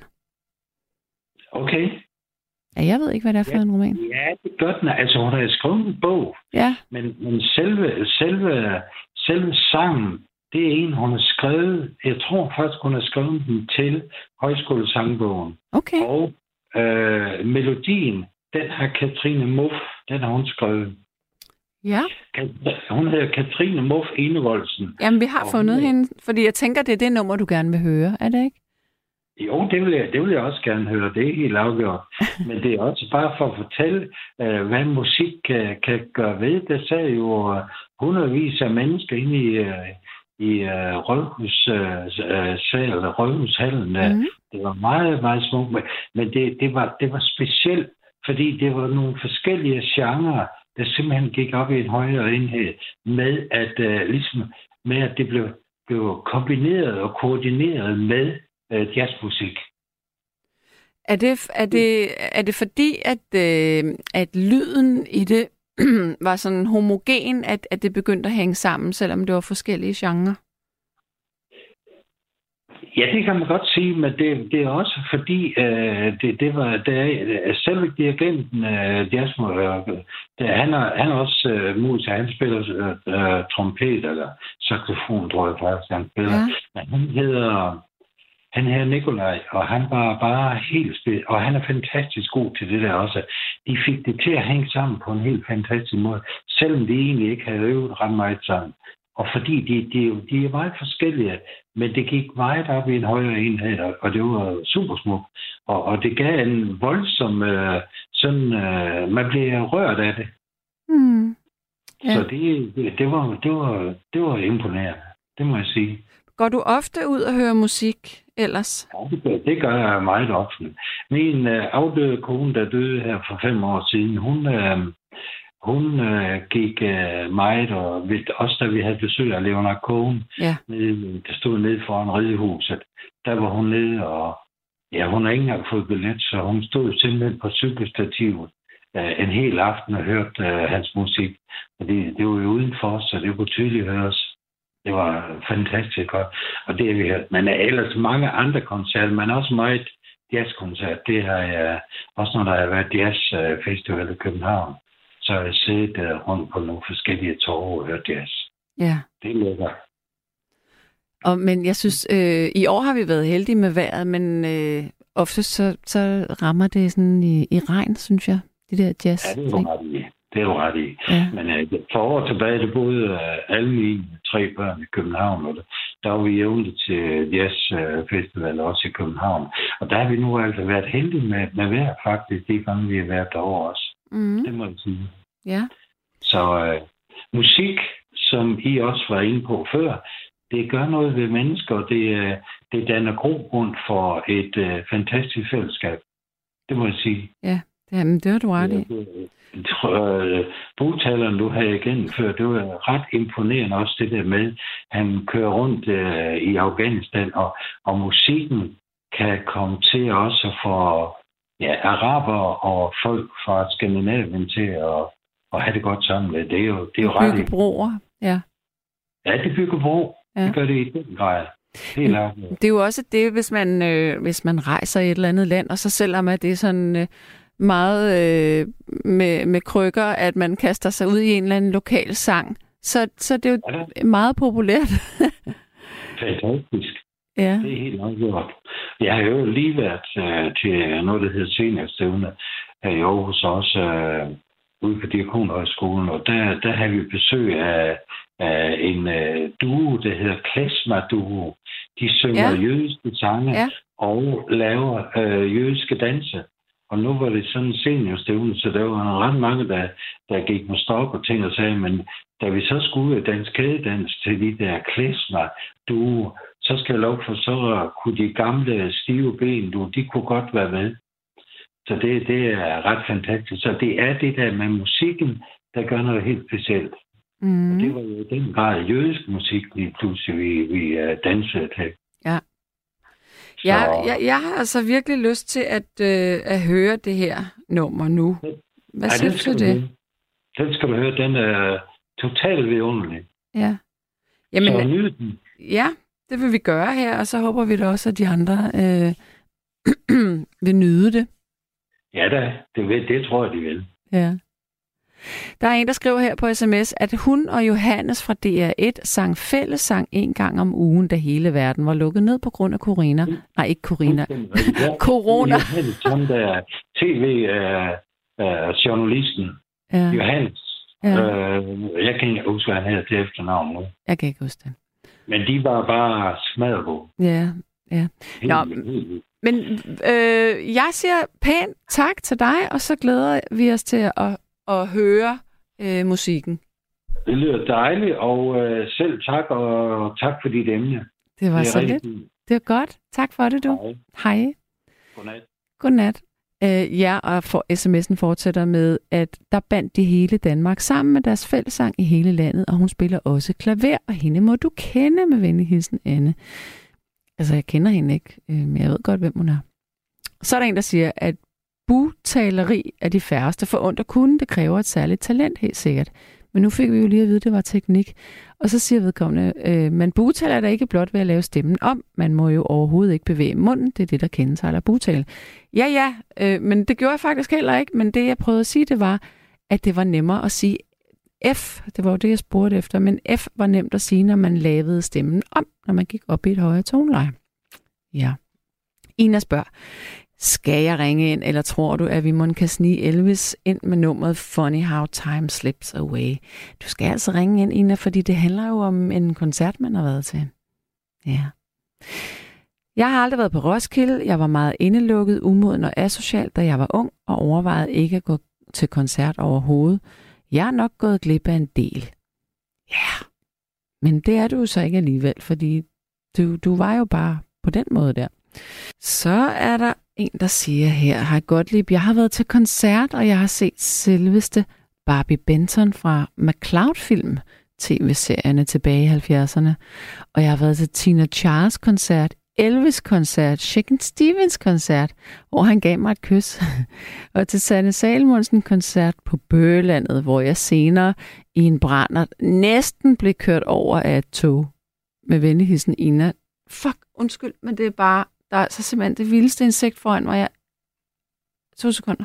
Okay. Ja, jeg ved ikke, hvad det er for ja, en roman. Ja, det gør den. Altså, hun har skrevet en bog. Ja. Men, men selve, selve, selve sangen, det er en, hun har skrevet. Jeg tror faktisk, hun har skrevet den til Højskolesangbogen. Okay. Og Øh, melodien, den har Katrine Muff, den har hun skrevet. Ja. Hun hedder Katrine Muff Enevoldsen. Jamen, vi har og fundet hun... hende, fordi jeg tænker, det er det nummer, du gerne vil høre, er det ikke? Jo, det vil jeg, det vil jeg også gerne høre, det er helt afgjort. Men det er også bare for at fortælle, øh, hvad musik kan, kan gøre ved. Der sad jo uh, hundredvis af mennesker inde i... Uh, i uh, Rådhussal, uh, Rådhushallen. Mm. Det var meget, meget smukt, men det, det, var, det var specielt, fordi det var nogle forskellige genrer, der simpelthen gik op i en højere enhed, med at, uh, ligesom, med at det blev, blev kombineret og koordineret med uh, jazzmusik. Er det, er det, er det fordi, at, øh, at lyden i det var sådan homogen, at, at det begyndte at hænge sammen, selvom det var forskellige genrer? Ja, det kan man godt sige, men det, det er også fordi, øh, det, det var, der, selv dirigenten, øh, jazzmusiker, han er, han er også øh, musiker, han spiller øh, trompet eller saxofon, tror jeg faktisk, han spiller. Ja. Men han hedder, han hedder Nikolaj, og han var bare helt spil, og han er fantastisk god til det der også. De fik det til at hænge sammen på en helt fantastisk måde, selvom de egentlig ikke havde øvet ret meget sammen. Og fordi de, de, de er meget forskellige, men det gik meget op i en højere enhed, og det var super smukt. Og, og det gav en voldsom, øh, sådan, øh, man blev rørt af det. Mm. Ja. Så det, det, var, det, var, det var imponerende, det må jeg sige. Går du ofte ud og hører musik ellers? Ja, det gør, det gør jeg meget ofte. Min øh, afdøde kone, der døde her for fem år siden, hun... Øh, Hun øh, gik øh, meget, og ved, også da vi havde besøg af Leonard Cohen, ja. nede, der stod nede foran Ridehuset, der var hun nede, og ja, hun har ikke engang fået billet, så hun stod simpelthen på cykelstativet øh, en hel aften og hørte øh, hans musik. Og det, det var jo udenfor, så det kunne tydeligt høres. Det var fantastisk godt, og det har vi hørt. Men ellers mange andre koncerter, men også meget jazzkoncert. Det har jeg også, når der har været jazzfestival i København. Så har jeg siddet uh, rundt på nogle forskellige torve og hørt jazz. Ja. Det er lækkert. Og, men jeg synes, øh, i år har vi været heldige med vejret, men øh, ofte så, så rammer det sådan i, i regn, synes jeg, det der jazz. Ja, det er jo ret i. Det er jo ret i. Ja. Men øh, for år tilbage, der boede øh, alle mine tre børn i København, og der, der var vi jævnligt til jazzfestival også i København. Og der har vi nu altså været heldige med, med vejr, faktisk, de gange vi har været derovre også. Mm. Det må jeg sige. Ja. Så øh, musik, som I også var inde på før, det gør noget ved mennesker, det, øh, det danner grobund for et øh, fantastisk fællesskab. Det må jeg sige. Ja, det, men det var du ret i. Det, det øh, bogtaleren, du havde igen før, det var ret imponerende også det der med, han kører rundt øh, i Afghanistan, og, og musikken kan komme til også for ja, araber og folk fra Skandinavien til at, at have det godt sammen. Det er jo, det er jo ret... Bygge broer, ja. Ja, det bygger bro. Ja. Det gør det i den grad. Det er, det er jo også det, hvis man, øh, hvis man rejser i et eller andet land, og så selvom at det er sådan øh, meget øh, med, med krykker, at man kaster sig ud i en eller anden lokal sang, så, så det er jo ja, det. meget populært. Fantastisk. Ja. Det er helt afgjort. Jeg har jo lige været øh, til noget, der hedder seniorstævne her i Aarhus også, øh, ude på Diakonhøjskolen, og der, der har vi besøg af, af en øh, duo, der hedder Klezmer-duo. De synger ja. jødiske sange ja. og laver øh, jødiske danse. Og nu var det sådan en seniorstævne, så der var ret mange, der, der gik med stok og ting og sagde, men da vi så skulle ud af dansk kædedans til de der Klezmer-duo, så skal jeg lov for, så kunne de gamle stive ben, du, de kunne godt være med. Så det, det er ret fantastisk. Så det er det der med musikken, der gør noget helt specielt. Mm. Og det var jo den grad jødisk musik, lige pludselig vi, vi dansede til. Ja. Jeg, jeg, jeg har altså virkelig lyst til at, øh, at høre det her nummer nu. Hvad Ej, synes du det? Den skal du høre. Den er totalt vidunderlig. Ja. Jamen, så nyd den. Ja, det vil vi gøre her, og så håber vi da også, at de andre øh, vil nyde det. Ja da, det, vil, det tror jeg, de vil. Ja. Der er en, der skriver her på sms, at hun og Johannes fra D R et sang fællessang en gang om ugen, da hele verden var lukket ned på grund af corona. Mm. Nej, ikke corona. Corona. Johannes, ham der tv-journalisten. Uh, uh, ja. Johannes. Ja. Uh, jeg kan ikke huske, hvad han hedder til efternavn nu. Jeg kan ikke huske det. Men de var bare smadret. Ja, ja. Nå, men øh, jeg siger pænt tak til dig, og så glæder vi os til at, at høre øh, musikken. Det lyder dejligt, og øh, selv tak, og tak for dit emne. Det var det så lidt. Fint. Det var godt. Tak for det, du. Hej. Hej. Godnat. Godnat. Øh, ja, og for sms'en fortsætter med, at der bandt de hele Danmark sammen med deres fællessang i hele landet, og hun spiller også klaver, og hende må du kende, med venlig hilsen, Anne. Altså, jeg kender hende ikke, men jeg ved godt, hvem hun er. Så er der en, der siger, at bugtaleri er de færreste forundt at kunne. Det kræver et særligt talent, helt sikkert. Men nu fik vi jo lige at vide, at det var teknik. Og så siger vedkommende, øh, man bugtaler da ikke blot ved at lave stemmen om. Man må jo overhovedet ikke bevæge munden. Det er det, der kendetegner bugtale. Ja, ja, øh, men det gjorde jeg faktisk heller ikke. Men det, jeg prøvede at sige, det var, at det var nemmere at sige F. Det var jo det, jeg spurgte efter. Men F var nemt at sige, når man lavede stemmen om, når man gik op i et højere toneleje. Ja. Ina spørger, skal jeg ringe ind, eller tror du, at vi må kan snige Elvis ind med nummeret Funny How Time Slips Away? Du skal altså ringe ind, Ina, fordi det handler jo om en koncert, man har været til. Ja. Jeg har aldrig været på Roskilde. Jeg var meget indelukket, umoden og asocial, da jeg var ung, og overvejede ikke at gå til koncert overhovedet. Jeg er nok gået glip af en del. Ja, yeah. Men det er du så ikke alligevel, fordi du, du var jo bare på den måde der. Så er der en, der siger her, hej Gottlieb, jeg har været til koncert, og jeg har set selveste Barbie Benton fra McCloud-film, tv-serierne tilbage i halvfjerdserne. Og jeg har været til Tina Charles koncert, Elvis koncert, Shakin' Stevens koncert, hvor han gav mig et kys. Og til Sanne Salmonsen koncert på Bøgelandet, hvor jeg senere i en brændert næsten blev kørt over af et tog. Med venlig hilsen Ina. Fuck, undskyld, men det er bare, der er altså simpelthen det vildeste insekt foran mig. Jeg... To sekunder.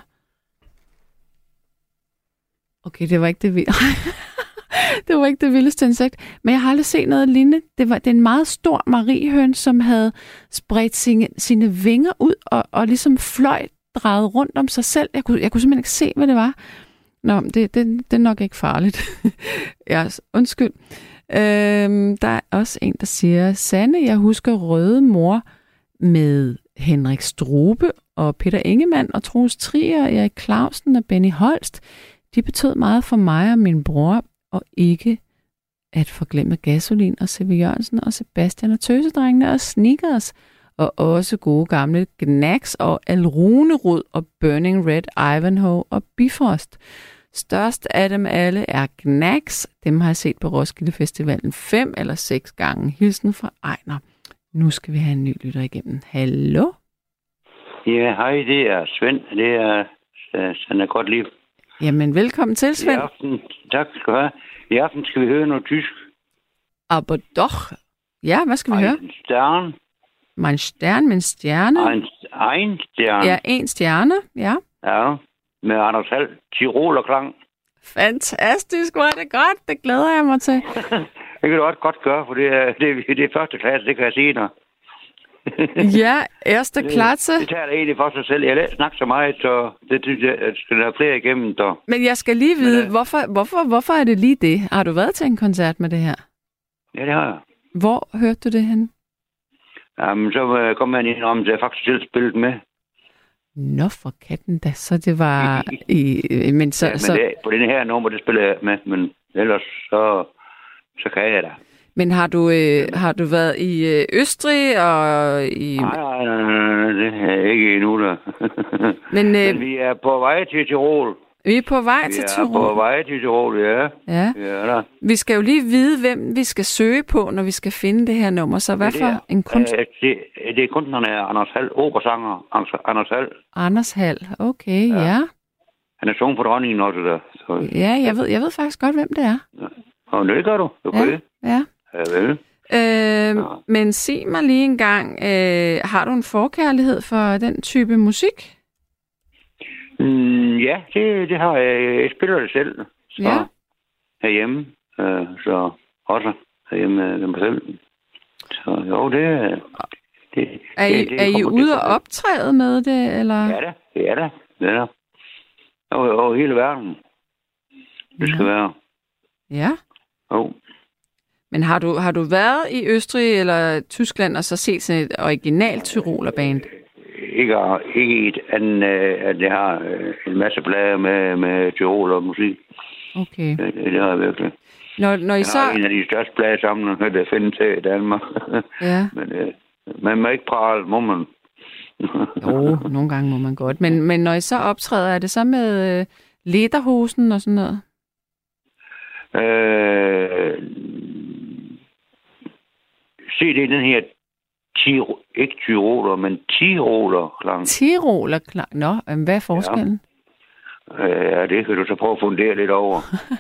Okay, det var ikke det vildeste. Det var ikke det vildeste insekt. Men jeg har aldrig set noget lignende. Det var det er en meget stor mariehøn, som havde spredt sine, sine vinger ud og, og ligesom fløj drejet rundt om sig selv. Jeg kunne, jeg kunne simpelthen ikke se, hvad det var. Nå, det, det, det er nok ikke farligt. Ja, undskyld. Øhm, der er også en, der siger, Sanne, jeg husker Røde Mor med Henrik Strube og Peter Ingemann og Troels Trier, Erik Clausen og Benny Holst. De betød meget for mig og min bror, og ikke at forglemme Gasolin og C V Jørgensen og Sebastian og Tøsedrengene og Sneakers, og også gode gamle Gnags og Alrunerud og Burning Red, Ivanhoe og Bifrost. Størst af dem alle er Gnags. Dem har jeg set på Roskilde Festivalen fem eller seks gange. Hilsen fra Ejner. Nu skal vi have en ny lytter igennem. Hallo? Ja, hej, det er Svend. Det er Svend Godt Liv. Jamen, velkommen til, Svend. I aften, tak skal du have. I aften skal vi høre noget tysk. Aber doch. Ja, hvad skal vi Ein høre? Stern. Mein Stern, min stjerne. Ein, ein Stern. Ja, en stjerne, ja. Ja, med Anders Hald. Tirolerklang. Fantastisk, hvor er det godt. Det glæder jeg mig til. Det kan du også godt gøre, for det er, det er, det er første klasse, det kan jeg sige dig. Ja, første klasse. Det, det tager det egentlig for sig selv. Jeg har snakket så meget, så det synes jeg, at skal have flere igennem. Så. Men jeg skal lige vide, Men, uh... hvorfor, hvorfor, hvorfor er det lige det? Har du været til en koncert med det her? Ja, det har jeg. Hvor hørte du det hen? Jamen, så uh, kom man ind om, at jeg faktisk selv spillet med. Nå, for katten da. Så det var... i, men så, ja, men så... Det, på den her nummer, det spiller jeg med, men ellers så, så kan jeg da. Men har du, øh, har du været i øh, Østrig og i... Nej, nej, nej, nej, det er ikke endnu da. Men, øh, men vi er på vej til Tirol. Vi er på vej vi til Tirol. Vi er på vej til Tirol, ja. Ja. ja vi skal jo lige vide, hvem vi skal søge på, når vi skal finde det her nummer. Så hvad for er, en kunst... Øh, det, det er kunstneren af Anders Hald, operasanger Anders Hald. Anders Hald, okay, ja. ja. Han er sunget på dronningen også der. Så... Ja, jeg ved, jeg ved faktisk godt, hvem det er. Ja. Og det gør du, okay. Ja, ja. Ja, vel. Øh, ja. Men sig mig lige en gang, øh, har du en forkærlighed for den type musik? Mm, ja, det, det har jeg. Jeg spiller det selv. Så ja. Herhjemme. Øh, så også herhjemme med mig selv. Så jo, det, det er I, det, det er I ude og optræde med det, eller? Ja da, det er det. Det er det. Over, over hele verden. Det skal ja. være. Ja. Jo. Men har du, har du været i Østrig eller Tyskland og så set sådan et originalt Tyrolerband? Ikke, ikke et andet, at det har en masse plader med, med Tyrol og musik. Okay. Det, det har jeg virkelig. Når, når I jeg så... har en af de største pladesamlinger, der findes her i Danmark. Ja. Men øh, man må ikke prale, må man. Jo, nogle gange må man godt. Men, men når I så optræder, er det så med øh, lederhosen og sådan noget? Øh, se, det er den her tiro, ikke tyroler, men tiroler-klang. Tiroler-klang? Nå, men hvad er forskellen? Ja. ja, det kan du så prøve at fundere lidt over.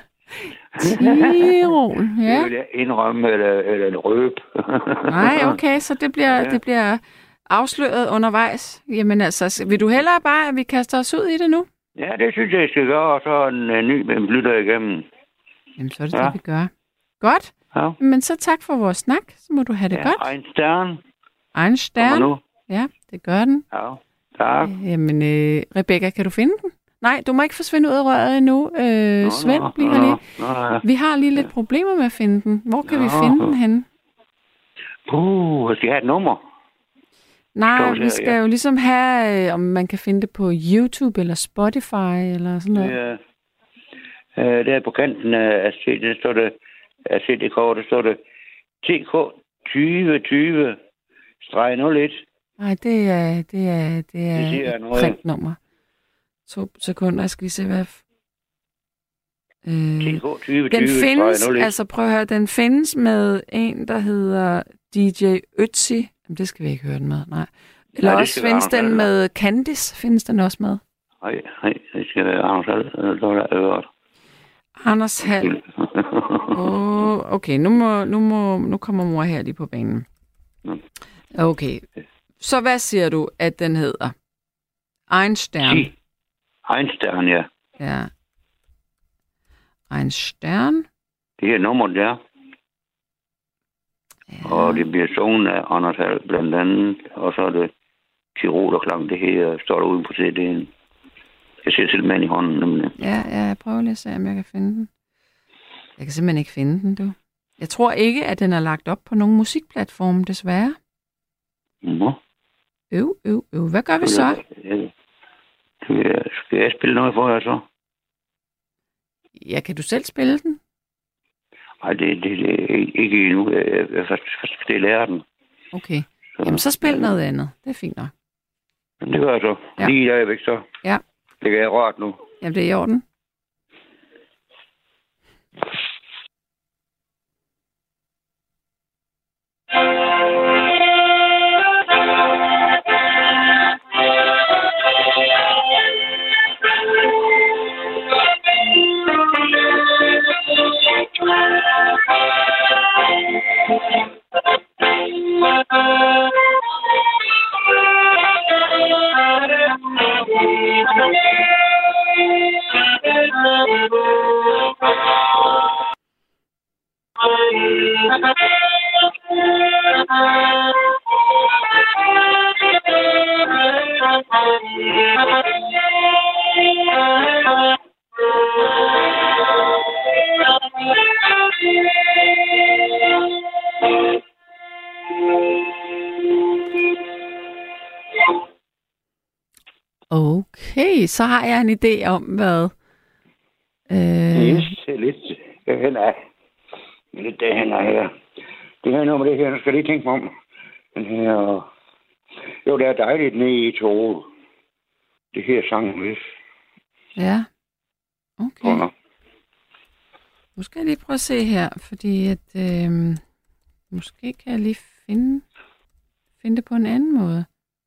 Tirol, ja. Det vil jeg indrømme, eller, eller en røb. Nej, okay, så det bliver, ja. det bliver afsløret undervejs. Jamen altså, vil du hellere bare, at vi kaster os ud i det nu? Ja, det synes jeg, jeg skal gøre, og så en, en ny med en lytter igennem. Jamen, så er det ja. det, vi gør. Godt. Ja. Men så tak for vores snak. Så må du have det ja, godt. En stern. En stern. Ja, det gør den. Ja, tak. Jamen, øh, Rebecca, kan du finde den? Nej, du må ikke forsvinde ud af røret endnu. Øh, nå, Svend, bliv her lige. Nå, vi har lige lidt problemer med at finde den. Hvor kan nå. vi finde den henne? Puh, skal jeg have et nummer? Nej, vi skal ja. jo ligesom have, øh, om man kan finde det på YouTube eller Spotify eller sådan noget. Ja. Uh, der på kanten af C D, der står det, af C D K, der står det T K tyve tyve nul et. Nej, det er, det er, det er det et printnummer. To sekunder, jeg skal lige se, hvad... Øh, T K tyve tyve den findes, altså prøv at høre, den findes med en, der hedder D J Ötzi. Jamen, det skal vi ikke høre den med, nej. Eller nej, også findes den med Candice, findes den også med. Nej, nej, det skal være Anders Hald, der er øvrigt. Anders Hald. Oh, okay, nu, må, nu, må, nu kommer mor her lige på banen. Okay, så hvad siger du, at den hedder? Ein Stern. Ein Stern, ja. Ja. Ein Stern. Det her nummer der. Ja. Og det bliver sunget af Anders Hald blandt andet. Og så er det Tirolerklang, det her står der uden på C D'en. Jeg ser til mand i hånden. Nemlig. Ja, ja, jeg prøver lige at se, om jeg kan finde den. Jeg kan simpelthen ikke finde den, du. Jeg tror ikke, at den er lagt op på nogen musikplatform, desværre. Nå. Øv, øv, øv. Hvad gør vi så? Skal jeg spille noget for jer så? Ja, kan du selv spille den? Nej, det, det, det er ikke endnu. Jeg, jeg først, først skal lære den. Okay. Så, jamen, så spil noget andet. Det er fint nok. Jamen, det gør jeg så. Ja. Lige i øjeblik så. Ja. Det kan jeg rart nu. Jamen, det er i orden. Okay, så har jeg en idé om, hvad... Øh... Yes, det er lidt derhen af. Lidt derhen af her. Det her nummer, det her, nu skal jeg lige tænke mig om. Den her... Jo, det er dejligt nede i toget. Det her sang, hvis. Ja. Okay. Under. Nu skal jeg lige prøve at se her, fordi at... Øh... Måske kan jeg lige finde... finde det på en anden måde.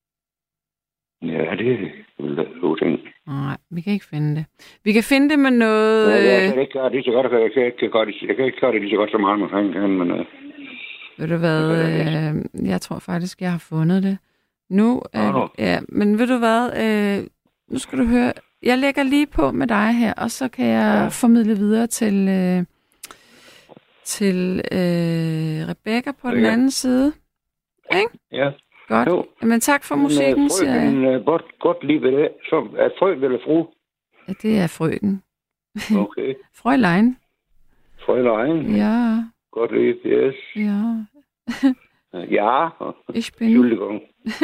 Ja, det er jo ting. Nej, vi kan ikke finde det. Vi kan finde det med noget... Ja, jeg kan ikke gøre det så godt, jeg kan ikke gøre det, jeg kan ikke gøre det lige så godt som Alma kan, men... Uh, ved du hvad, øh, jeg tror faktisk, jeg har fundet det. Nu, øh, oh. ja, men ved du hvad, øh, nu skal du høre, jeg lægger lige på med dig her, og så kan jeg ja. formidle videre til, øh, til øh, Rebecca på ja. den anden side. Ikke? Ja. Godt. Jo. Men tak for musikken, men, siger jeg. Men uh, godt, godt lige ved det. Så er frøken eller fru? Ja, det er frøken. Okay. Frølein. Frølein? Ja. Godt lige, yes. Ja. Ja. Ich bin... Entschuldigung.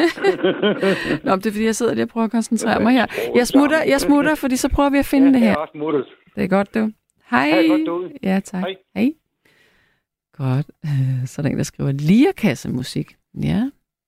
Nå, det er fordi, jeg sidder lige og prøver at koncentrere mig her. Jeg smutter, jeg smutter, fordi så prøver vi at finde ja, det her. Jeg er også smuttet. Det er godt, du. Hej. Hej, godt du. Ja, tak. Hej. Hej. Godt. Så er der en, der skriver lirkassemusik. Ja.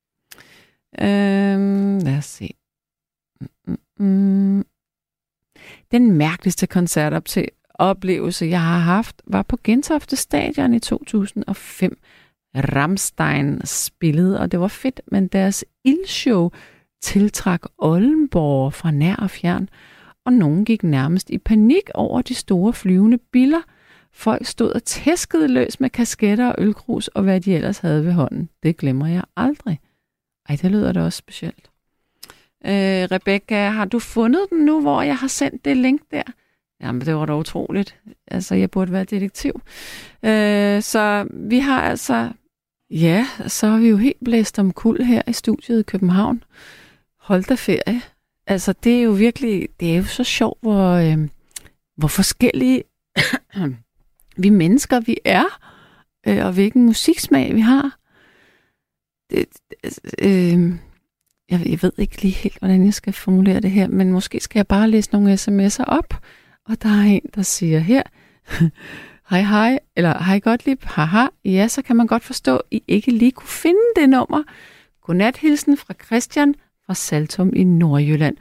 Øhm, lad os se. Mm-mm. Den mærkeligste koncertoplevelse, jeg har haft, var på Gentofte Stadion i to tusind og fem. Rammstein spillede, og det var fedt, men deres ildshow tiltrak Oldenborg fra nær og fjern, og nogen gik nærmest i panik over de store flyvende biller. Folk stod og tæskede løs med kasketter og ølkrus, og hvad de ellers havde ved hånden. Det glemmer jeg aldrig. Ej, det lyder da også specielt. Øh, Rebecca, har du fundet den nu, hvor jeg har sendt det link der? Jamen, det var da utroligt. Altså, jeg burde være detektiv. Øh, så vi har altså... Ja, så er vi jo helt blæst om kul her i studiet i København. Hold da ferie. Altså, det er jo virkelig... Det er jo så sjovt, hvor, øh, hvor forskellige vi mennesker vi er, øh, og hvilken musiksmag vi har. Det, øh, jeg, jeg ved ikke lige helt, hvordan jeg skal formulere det her, men måske skal jeg bare læse nogle sms'er op, og der er en, der siger her, hej hej, eller hej Gottlieb, haha, ja, så kan man godt forstå, I ikke lige kunne finde det nummer. Godnathilsen fra Christian fra Saltum i Nordjylland.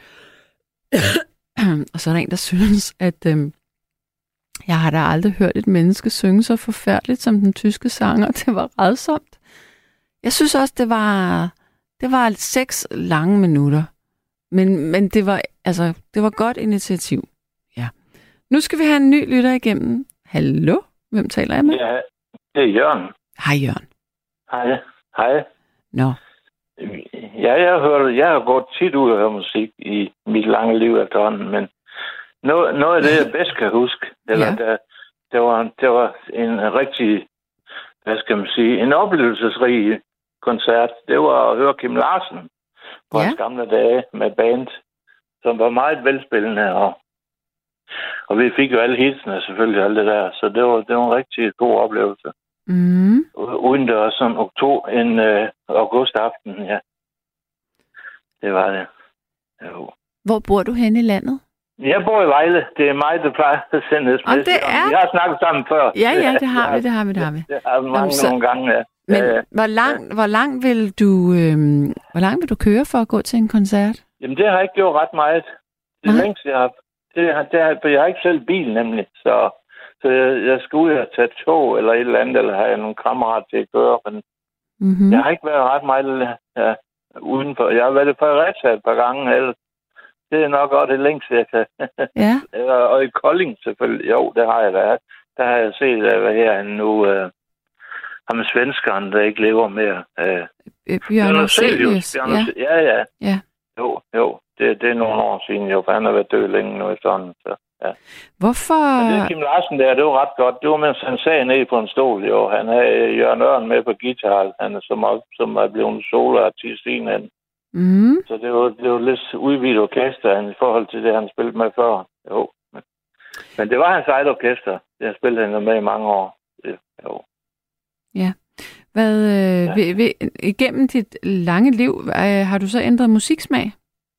Og så er der en, der synes, at øh, jeg har da aldrig hørt et menneske synge så forfærdeligt som den tyske sanger. Det var rædsomt. Jeg synes også, det var, det var seks lange minutter. Men, men det var, altså, det var godt initiativ. Ja. Nu skal vi have en ny lytter igennem. Hallo? Hvem taler jeg med? Ja, det er Jørgen. Hej, Jørgen. Hej. Hej. Nå. Ja, jeg har, hørt, jeg har gået tit ud og høre musik i mit lange liv efterhånden, men noget, noget af det, jeg bedst kan huske, eller ja. der, der, var, der var en rigtig, hvad skal man sige, en oplevelsesrig koncert. Det var at høre Kim Larsen på ja. hans gamle dage med band, som var meget velspillende, og, og vi fik jo alle hitsene selvfølgelig, alt det der, så det var, det var en rigtig god oplevelse. Mm. Uden det var sådan oktober, en øh, augustaften, ja. Det var det. Jo. Hvor bor du henne i landet? Jeg bor i Vejle. Det er mig, der plejer at sende sms. Det er... Vi har snakket sammen før. Ja, ja, det har vi, det har vi, det har vi. Det har vi mange så... nogle gange, ja. Men ja, ja. hvor langt ja. hvor lang vil du øhm, hvor langt vil du køre for at gå til en koncert? Jamen det har jeg ikke gjort ret meget. Det er længst jeg har. Det har, det har jeg har ikke selv bil nemlig, så så jeg, jeg skal ud og tage tog eller et eller andet, eller har jeg nogle kammerater til at køre, men mm-hmm. jeg har ikke været ret meget ja, udenfor. Jeg har været i Fredericia et par gange, ellers det er nok også det længste, jeg kan. Ja. Og i Kolding selvfølgelig. Jo, det har jeg været. Der har jeg set, hvad her nu... Uh, ham svenskeren, der ikke lever mere. Øh, Bjørn Afzelius. Ja. ja, ja. ja. Jo, jo. Det, det er nogle år siden jo, for han har været død længe nu i sådan. Så, ja. Hvorfor? Men det Kim Larsen der, det var ret godt. Det var, mens han sagde ned på en stol, jo. Han havde Jørgen Ørn med på guitar, han er som, også, som er blevet soloartist siden han. Mm. Så det var, det var lidt udvidet orkester i forhold til det, han spillede med før. Jo. Men, men det var hans eget orkester. Det har spillet han med i mange år. Det, jo. Ja. Hvad, øh, ja. Ved, ved, igennem dit lange liv, øh, har du så ændret musiksmag?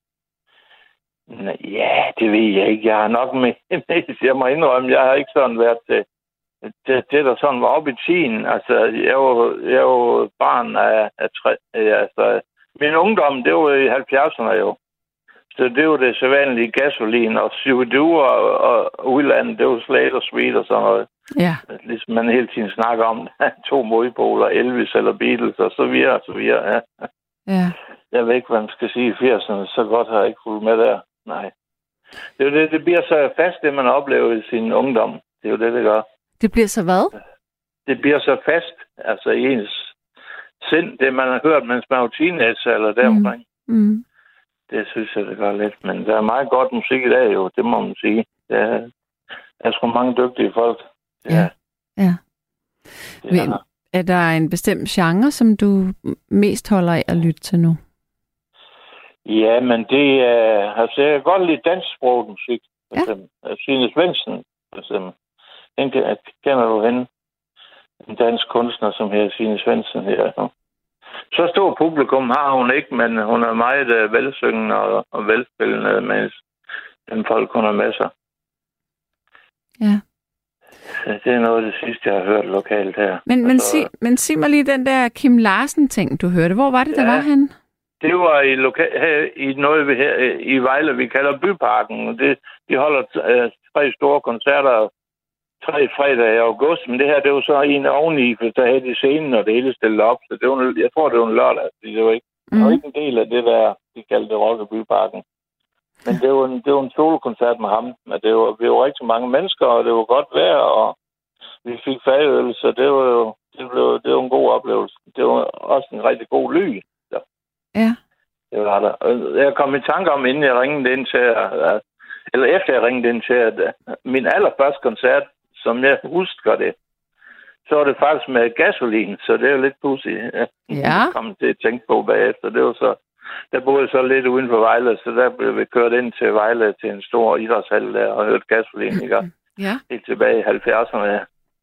Ja, det ved jeg ikke. Jeg har nok med, jeg må indrømme, jeg har ikke sådan været til det, det der sådan var oppe i tiden. Altså, jeg var, jeg var barn af, af tre, altså, min ungdom, det var i halvfjerdserne jo. Så det var det sædvanlige gasolin og Syvidur og, og udlandet, det var Slade og Sweet og sådan noget. Ja. Ligesom man hele tiden snakker om to modpoler, Elvis eller Beatles og så videre og så videre. Ja. Ja. Jeg ved ikke, hvad man skal sige i firserne, så godt har jeg ikke fulgt med der. Nej. Det er jo det, det bliver så fast, det man oplever i sin ungdom. Det er jo det, det gør. Det bliver så hvad? Det bliver så fast, altså i ens sind, det man har hørt, mens man var teenager eller deromkring. Mm. Mm. Det synes jeg, det gør lidt. Men der er meget godt musik i dag jo, det må man sige. Der er, der er sgu mange dygtige folk. Ja. Ja. ja. Men, er der en bestemt genre, som du mest holder af at lytte til nu? Ja, men det er... Altså, jeg kan godt lide dansksproget musik. Ja. Signe Svendsen, for eksempel. Den kender du hende. En dansk kunstner, som hedder Signe Svendsen her. Så stor publikum har hun ikke, men hun er meget uh, velsyngende og, og velspillende, mens den folk hun har med sig. Ja. Det er noget af det sidste, jeg har hørt lokalt her. Men, men, så, sig, men sig mig lige den der Kim Larsen-ting, du hørte. Hvor var det, der ja, var henne? Det var i, loka- her, i noget her, i Vejle, vi kalder Byparken. Det, de holder uh, tre store koncerter tre fredag i august, men det her, det var så en oveni, for der havde de scenen, og det hele stillet op, så det var, jeg tror, det var en lørdag, fordi det var ikke, mm. det var ikke en del af det der, de kaldte Rokkebyparken. Men det var en, det var en solokoncert med ham, men det var, vi var rigtig mange mennesker, og det var godt vejr, og vi fik fadøl, så det var jo det blev, det var en god oplevelse. Det var også en rigtig god ly. Så. Ja. Det var der. Jeg kom i tanke om, inden jeg ringede ind til, at, eller efter jeg ringede ind til, at min allerførste koncert, som jeg husker det, så var det faktisk med gasolin, så det er jo lidt pudsigt. Ja. Jeg kom til at tænke på bagefter. Det var så, der boede jeg så lidt uden for Vejle, så der blev vi kørt ind til Vejle til en stor idrætshal der, og hørte gasolin i gang. Ja. Helt tilbage i halvfjerdserne.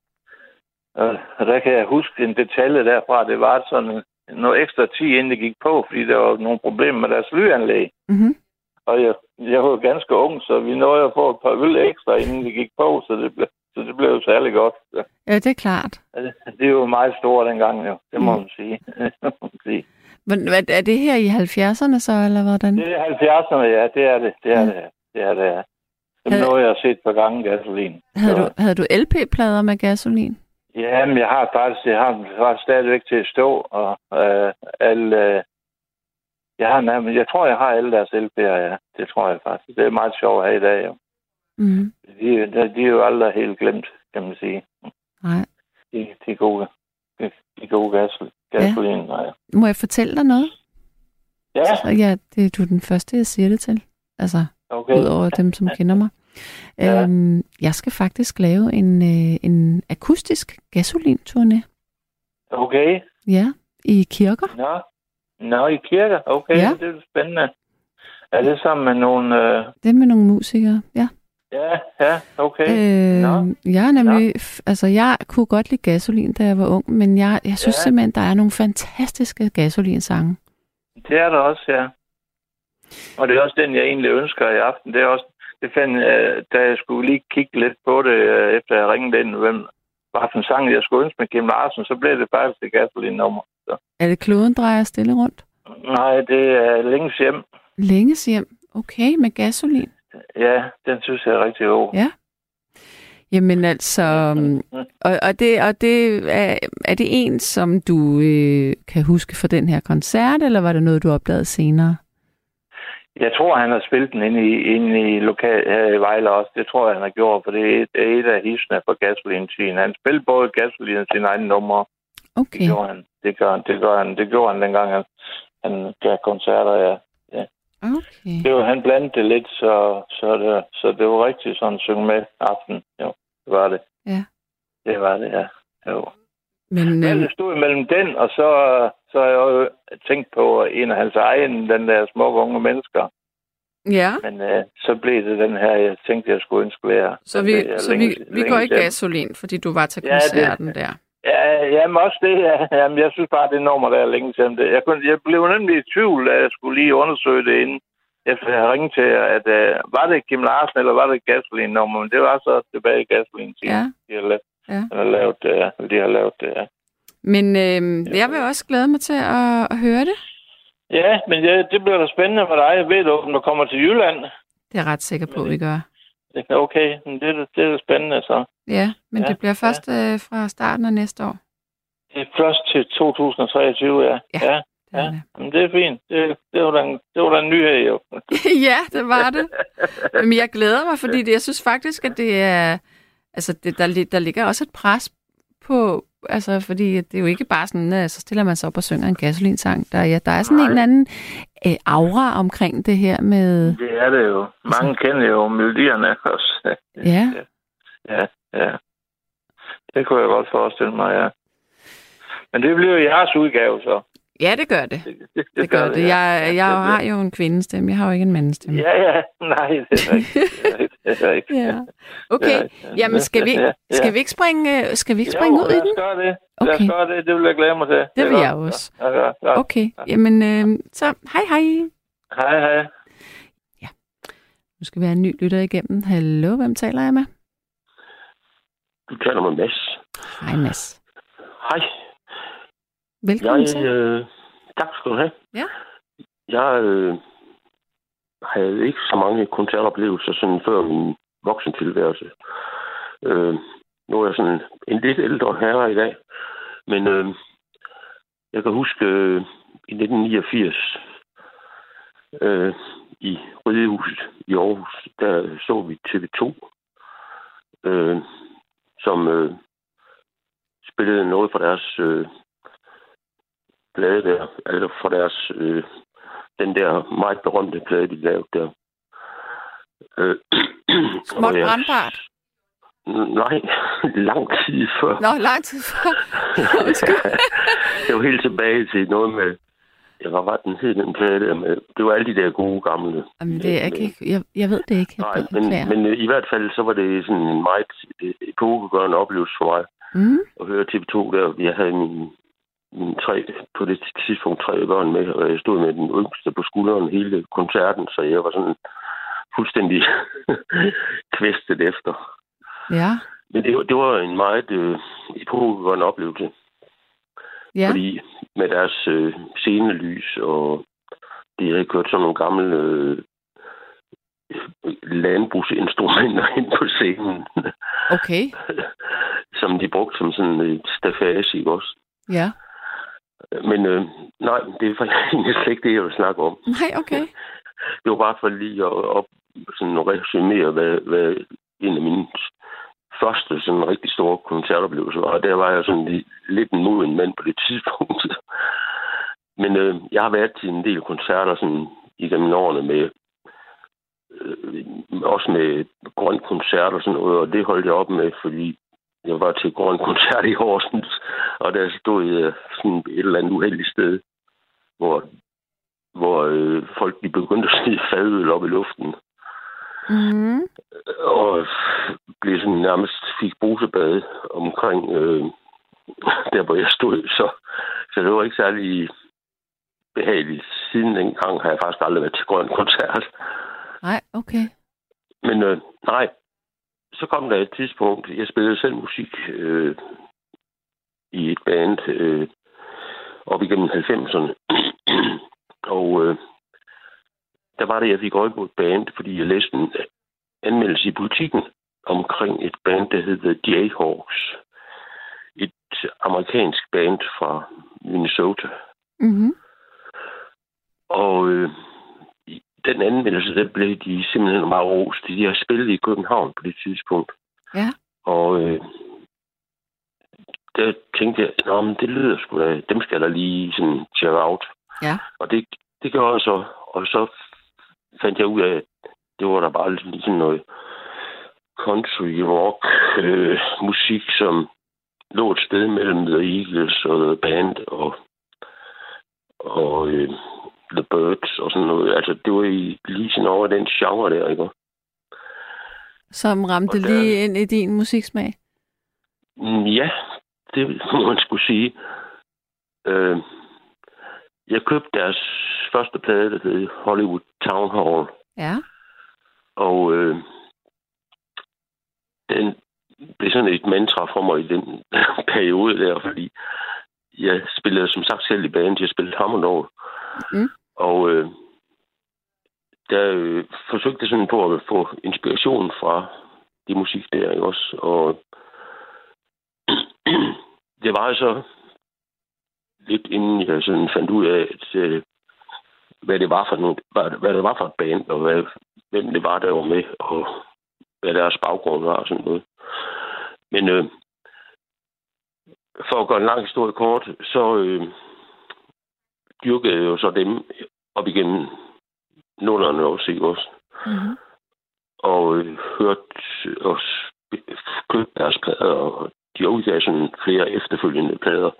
Og der kan jeg huske en detalje derfra, det var sådan noget ekstra tid, inden det gik på, fordi der var nogle problemer med deres lyanlæg. Mm-hmm. Og jeg, jeg var ganske ung, så vi nåede at få et par øl ekstra, inden det gik på, så det blev, så det blev jo særlig godt. Så. Ja, det er klart. Det, det er jo meget stort dengang, jo. Det må mm. man sige. sige. Men er det her i halvfjerdserne så, eller hvordan? Det er halvfjerdserne, ja. Det er det. Det er det. Det er det, ja. Det er noget, jeg har set på gange, gasolin. Havde du, havde du L P-plader med gasolin? Ja, men jeg har faktisk, jeg har faktisk stadigvæk til at stå, og øh, alle, øh, jeg har nærmest, jeg tror, jeg har alle deres L P'er, ja. Det tror jeg faktisk. Det er meget sjovt her i dag, jo. Mm. De, de, de er jo aldrig helt glemt, kan man sige. Nej. De, de gode, de, de gode gas, gasolin, ja. Nej. Må jeg fortælle dig noget? Ja. Så, ja, det er du den første, jeg siger det til. Altså, okay. Udover dem, som kender mig. Ja. Øhm, jeg skal faktisk lave en, øh, en akustisk gasolinturné. Okay. Ja, i kirker. Nå, Nå i kirker. Okay, ja. Det er spændende. Er det sammen med nogle... Øh... Det er med nogle musikere, ja. Ja, ja, okay. Øh, Nå. Jeg er nemlig... F- altså, jeg kunne godt lide gasolin, da jeg var ung, men jeg, jeg synes ja. simpelthen, der er nogle fantastiske gasolinsange. Det er der også, ja. Og det er også den, jeg egentlig ønsker i aften. Det er også... Det fandt, øh, da jeg skulle lige kigge lidt på det, øh, efter jeg ringede ind, hvem var for en sang, jeg skulle ønske med Kim Larsen, så blev det faktisk det gasolin-nummer. Så. Er det Kloden drejer stille rundt? Nej, det er Længes hjem. Længes hjem? Okay, med gasolin? Ja, den synes jeg er rigtig god. Ja. Jamen altså, og, og, det, og det, er, er det en, som du øh, kan huske fra den her koncert, eller var det noget, du opdagede senere? Jeg tror, han har spillet den inde i, inde i lokal her i Vejle også. Det tror jeg, han har gjort, for det er et, et af hissene for gasolin-tiden. Han spillede både gasolin og sine egne numre. Okay. Det gjorde han. Det gør han. Det gør han. Det gjorde han dengang, han, han gav koncerter, ja. ja. Okay. Det var, han blandede det lidt, så, så, det, så det var rigtigt sådan synge med aften. Jo, det var det. Ja. Det var det, ja. Jo. Men, Men det stod mellem den, og så, så har jeg jo tænkt på en af hans egen, den der smukke unge mennesker. Ja. Men øh, så blev det den her, jeg tænkte, jeg skulle ønske være. Så vi, det, så længe, vi, vi går i gasolin, fordi du var til koncerten ja, det, der. Ja, jamen også det. Ja. Jamen, jeg synes bare, det nummer, der er længe siden. Det. Jeg, kunne, jeg blev nemlig i tvivl, at jeg skulle lige undersøge det inden. Efter jeg havde ringet til jer, at uh, var det Kim Larsen, eller var det gasolin-nummer? Men det var så tilbage i gasolin-tiden. Ja. De har lavet, ja. har lavet det. Uh, de har lavet det, ja. Men øh, jeg vil også glæde mig til at, at høre det. Ja, men ja, det bliver da spændende med dig. Ved du, om du kommer til Jylland? Det er jeg ret sikker på, at vi gør. Okay, men det, er, det er spændende så. Ja, men ja, det bliver først ja. øh, fra starten af næste år. Det er først til to tusind og treogtyve, ja. Ja, ja. det er ja. det. Men det er fint. Det, det, var, den, det var den nyhed, jo. Ja, det var det. Men jeg glæder mig, fordi det, jeg synes faktisk, at det er... Altså, det, der, der ligger også et pres på... Altså, fordi det er jo ikke bare sådan, at så stiller man sig op og synger en gasolinsang. Der, ja, der er sådan Nej. en eller anden øh, aura omkring det her med... Det er det jo. Mange altså... kender jo melodierne også. Ja. Ja, ja. Det kunne jeg godt forestille mig, ja. Men det bliver jeres udgave, så. Ja, det gør det. Det, det, det, det gør det. det. Jeg, jeg, jeg det, har jo en kvindestemme. Jeg har jo ikke en mandestemme. Ja, ja. Nej, det er rigtigt. Det er rigtigt. Ja. Okay. Jamen, skal vi, skal vi ikke springe, skal vi ikke springe jo, ud i den? Jo, lad os gøre det. Lad os gøre det. Det vil jeg glæde mig til. Det, det vil jeg også. Ja, ja, ja. Okay. Jamen, øh, så hej hej. Hej hej. Ja. Nu skal vi have en ny lytter igennem. Hallo, hvem taler jeg med? Du taler med Mads. Hej Mads. Hej. Velkommen jeg, til. Øh, tak skal du have. Ja. Jeg øh, havde ikke så mange koncertoplevelser sådan før min voksentilværelse. Øh, nu er jeg sådan en lidt ældre herre i dag. Men øh, jeg kan huske øh, i nitten niogfirs øh, i Rødehuset i Aarhus, der så vi T V to, øh, som øh, spillede noget fra deres... Øh, plade der, altså fra deres, øh, den der meget berømte plade, de lavede der. Øh, Småt brandbart? Nej, lang tid før. Nå, lang tid før. Det var helt tilbage til noget med, jeg var ret den hed, den plade der med, det var alle de der gode gamle. Jamen, det er ikke, jeg, jeg ved det ikke. Nej, men, men i hvert fald, så var det sådan en meget epokegørende oplevelse for mig. Mm. At høre T V to der, jeg havde min mine tre, på det tidspunkt tre børn med, og jeg stod med den yngste på skulderen hele koncerten, så jeg var sådan fuldstændig kvæstet efter. Ja. Men det, det var en meget øh, epokegørende oplevelse. Ja. Fordi med deres øh, scenelys, og de havde kørt sådan nogle gamle øh, landbrugsinstrumenter ind på scenen. Okay. Som de brugte som sådan et stafage, ikke også? Ja. Men øh, nej, det var egentlig slet ikke det, jeg vil snakke om. Nej, okay. Det var bare for lige at, op, sådan at resumere, hvad, hvad en af mine første sådan rigtig store koncertoplevelser var. Og der var jeg sådan lidt en moden mand på det tidspunkt. Men øh, jeg har været til en del koncerter sådan igennem årene med øh, også med grøn koncert og sådan noget, og det holdt jeg op med, fordi jeg var til grøn koncert i Horsens, og der stod jeg sådan et eller andet uheldigt sted, hvor, hvor øh, folk de begyndte at snige fadøl op i luften. Mm. Og blev sådan nærmest fik brusebad omkring øh, der, hvor jeg stod. Så, så det var ikke særlig behageligt. Siden den gang har jeg faktisk aldrig været til grøn koncert. Nej, okay. Men øh, nej, så kom der et tidspunkt, jeg spillede selv musik øh, i et band øh, op igennem halvfemserne. Og øh, der var det, jeg fik øje på et band, fordi jeg læste en anmeldelse i Politiken omkring et band, der hedder Jayhawks. Et amerikansk band fra Minnesota. Mm-hmm. Og øh, i den anmeldelse, der blev de simpelthen meget rost. De har spillet i København på det tidspunkt. Ja. Og øh, der tænkte jeg, nå, men det lyder sgu da, dem skal der lige sådan check out. Ja. Og det, det gjorde jeg så, og så fandt jeg ud af, at det var der bare lige sådan noget country rock øh, musik, som lå et sted mellem The Eagles og The Band og, og øh, The Birds og sådan noget. Altså, det var i, lige sådan over den genre der, ikke? Som ramte der, lige ind i din musiksmag? Ja, det må man skulle sige. Øh, jeg købte deres første plade, der hed Hollywood Town Hall. Ja. Og øh, den blev sådan et mantra for mig i den periode der, fordi jeg spillede som sagt selv i band, jeg spillede hammondorgel. Mm. Og øh, der øh, forsøgte jeg sådan på at få inspiration fra de musik der, ikke også? Og det var så lidt inden jeg sådan fandt ud af, at, øh, hvad det var for nogle, hvad, hvad det var for et band, og hvad, hvem det var, der var med, og hvad deres baggrund var og sådan noget. Men øh, for at gøre en lang historie kort, så øh, dyrkede jeg jo så dem op igennem nullerne også, ikke også? Mm-hmm. Og øh, hørte og købte deres plader, og de udgav sådan flere efterfølgende plader.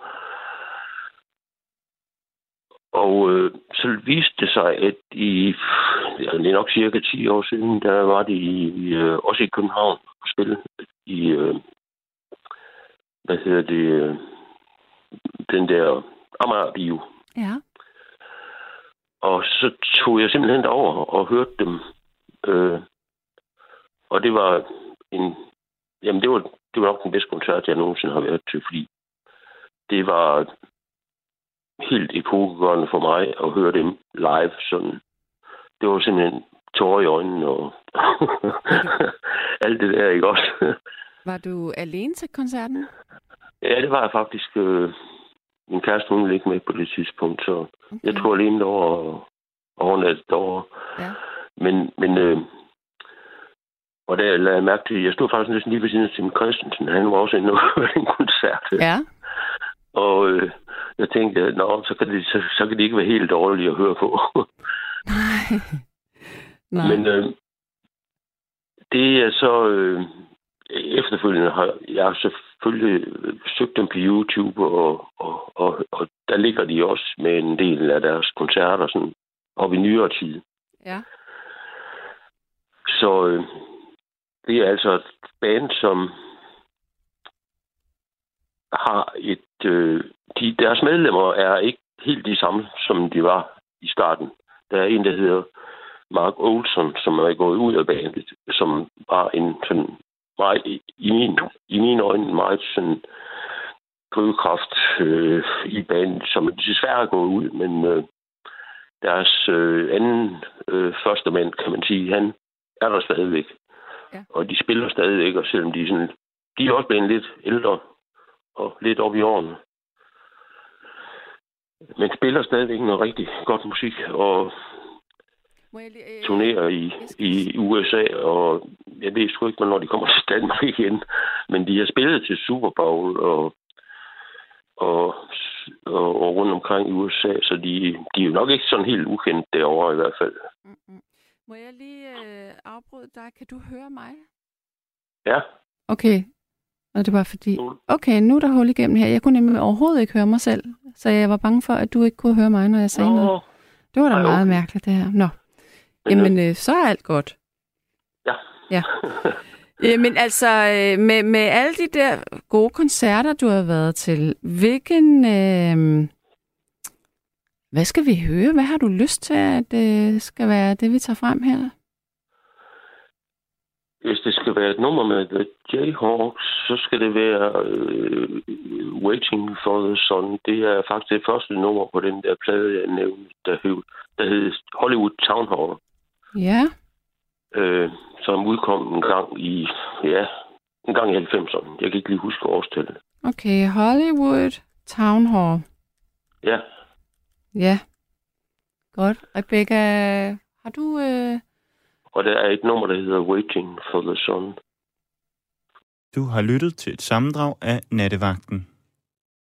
Og øh, så viste det sig, at i, ja, det er nok cirka ti år siden, der var de i, øh, også i København på spil i, øh, hvad hedder det, øh, den der Amager Bio. Ja. Og så tog jeg simpelthen over og hørte dem. Øh, og det var en, jamen det var, det var nok den bedste koncert, jeg nogensinde har været til, fordi det var helt epokegørende for mig at høre dem live. Sådan. Det var simpelthen tårer i øjnene og alt det der, ikke også? Var du alene til koncerten? Ja, det var jeg faktisk. Øh, min kæreste, hun ville ikke med på det tidspunkt, så okay. Jeg tog alene derovre og overnattede derovre. Ja. Men, men øh, og der lagde jeg mærke til, jeg stod faktisk næsten lige ved siden af Tim Christensen. Han var også inde og hørte en koncert. Ja. Og øh, jeg tænkte, nå, så kan, det, så, så kan det ikke være helt dårligt at høre på. Nej. Nej. Men øh, det er så... Øh, efterfølgende har jeg selvfølgelig søgt dem på YouTube, og, og, og, og der ligger de også med en del af deres koncerter sådan, op i nyere tid. Ja. Så øh, det er altså et band, som har et... Øh, de, deres medlemmer er ikke helt de samme, som de var i starten. Der er en, der hedder Mark Olson, som er gået ud af bandet, som var en sådan meget, i, min, i mine øjne meget sådan drivkraft øh, i bandet, som desværre er gået ud, men øh, deres øh, anden øh, første mand, kan man sige, han er der stadigvæk. Ja. Og de spiller stadigvæk, og selvom de er sådan, de er også blevet lidt ældre og lidt op i årene. Men spiller stadigvæk noget rigtig godt musik, og turnerer i, i U S A, og jeg ved sgu ikke, hvornår de kommer til Danmark igen, men de har spillet til Super Bowl og, og, og, og rundt omkring i U S A, så de, de er jo nok ikke sådan helt ukendt derovre i hvert fald. Mm-mm. Må jeg lige øh, afbryde dig? Kan du høre mig? Ja. Okay. Og det var fordi... Okay, nu er der hul igennem her. Jeg kunne nemlig overhovedet ikke høre mig selv, så jeg var bange for, at du ikke kunne høre mig, når jeg sagde Nå. noget. Det var da Ej, meget okay. mærkeligt, det her. Nå. Jamen, øh, så er alt godt. Ja. Ja. Men altså, med, med alle de der gode koncerter, du har været til, hvilken... Øh, hvad skal vi høre? Hvad har du lyst til, at det øh, skal være det, vi tager frem her? Hvis det skal være et nummer med The Jayhawks, så skal det være øh, Waiting for the Sun. Det er faktisk det første nummer på den der plade, jeg nævnte, der hed, der hed Hollywood Town Hall. Ja. Øh, som udkom en gang i, ja, en gang i halvfemserne. Jeg kan ikke lige huske årstallet. Okay, Hollywood Town Hall. Ja. Ja. Godt. Rebecca, har du... Øh... Og der er et nummer, der hedder Waiting for the Sun. Du har lyttet til et sammendrag af Nattevagten.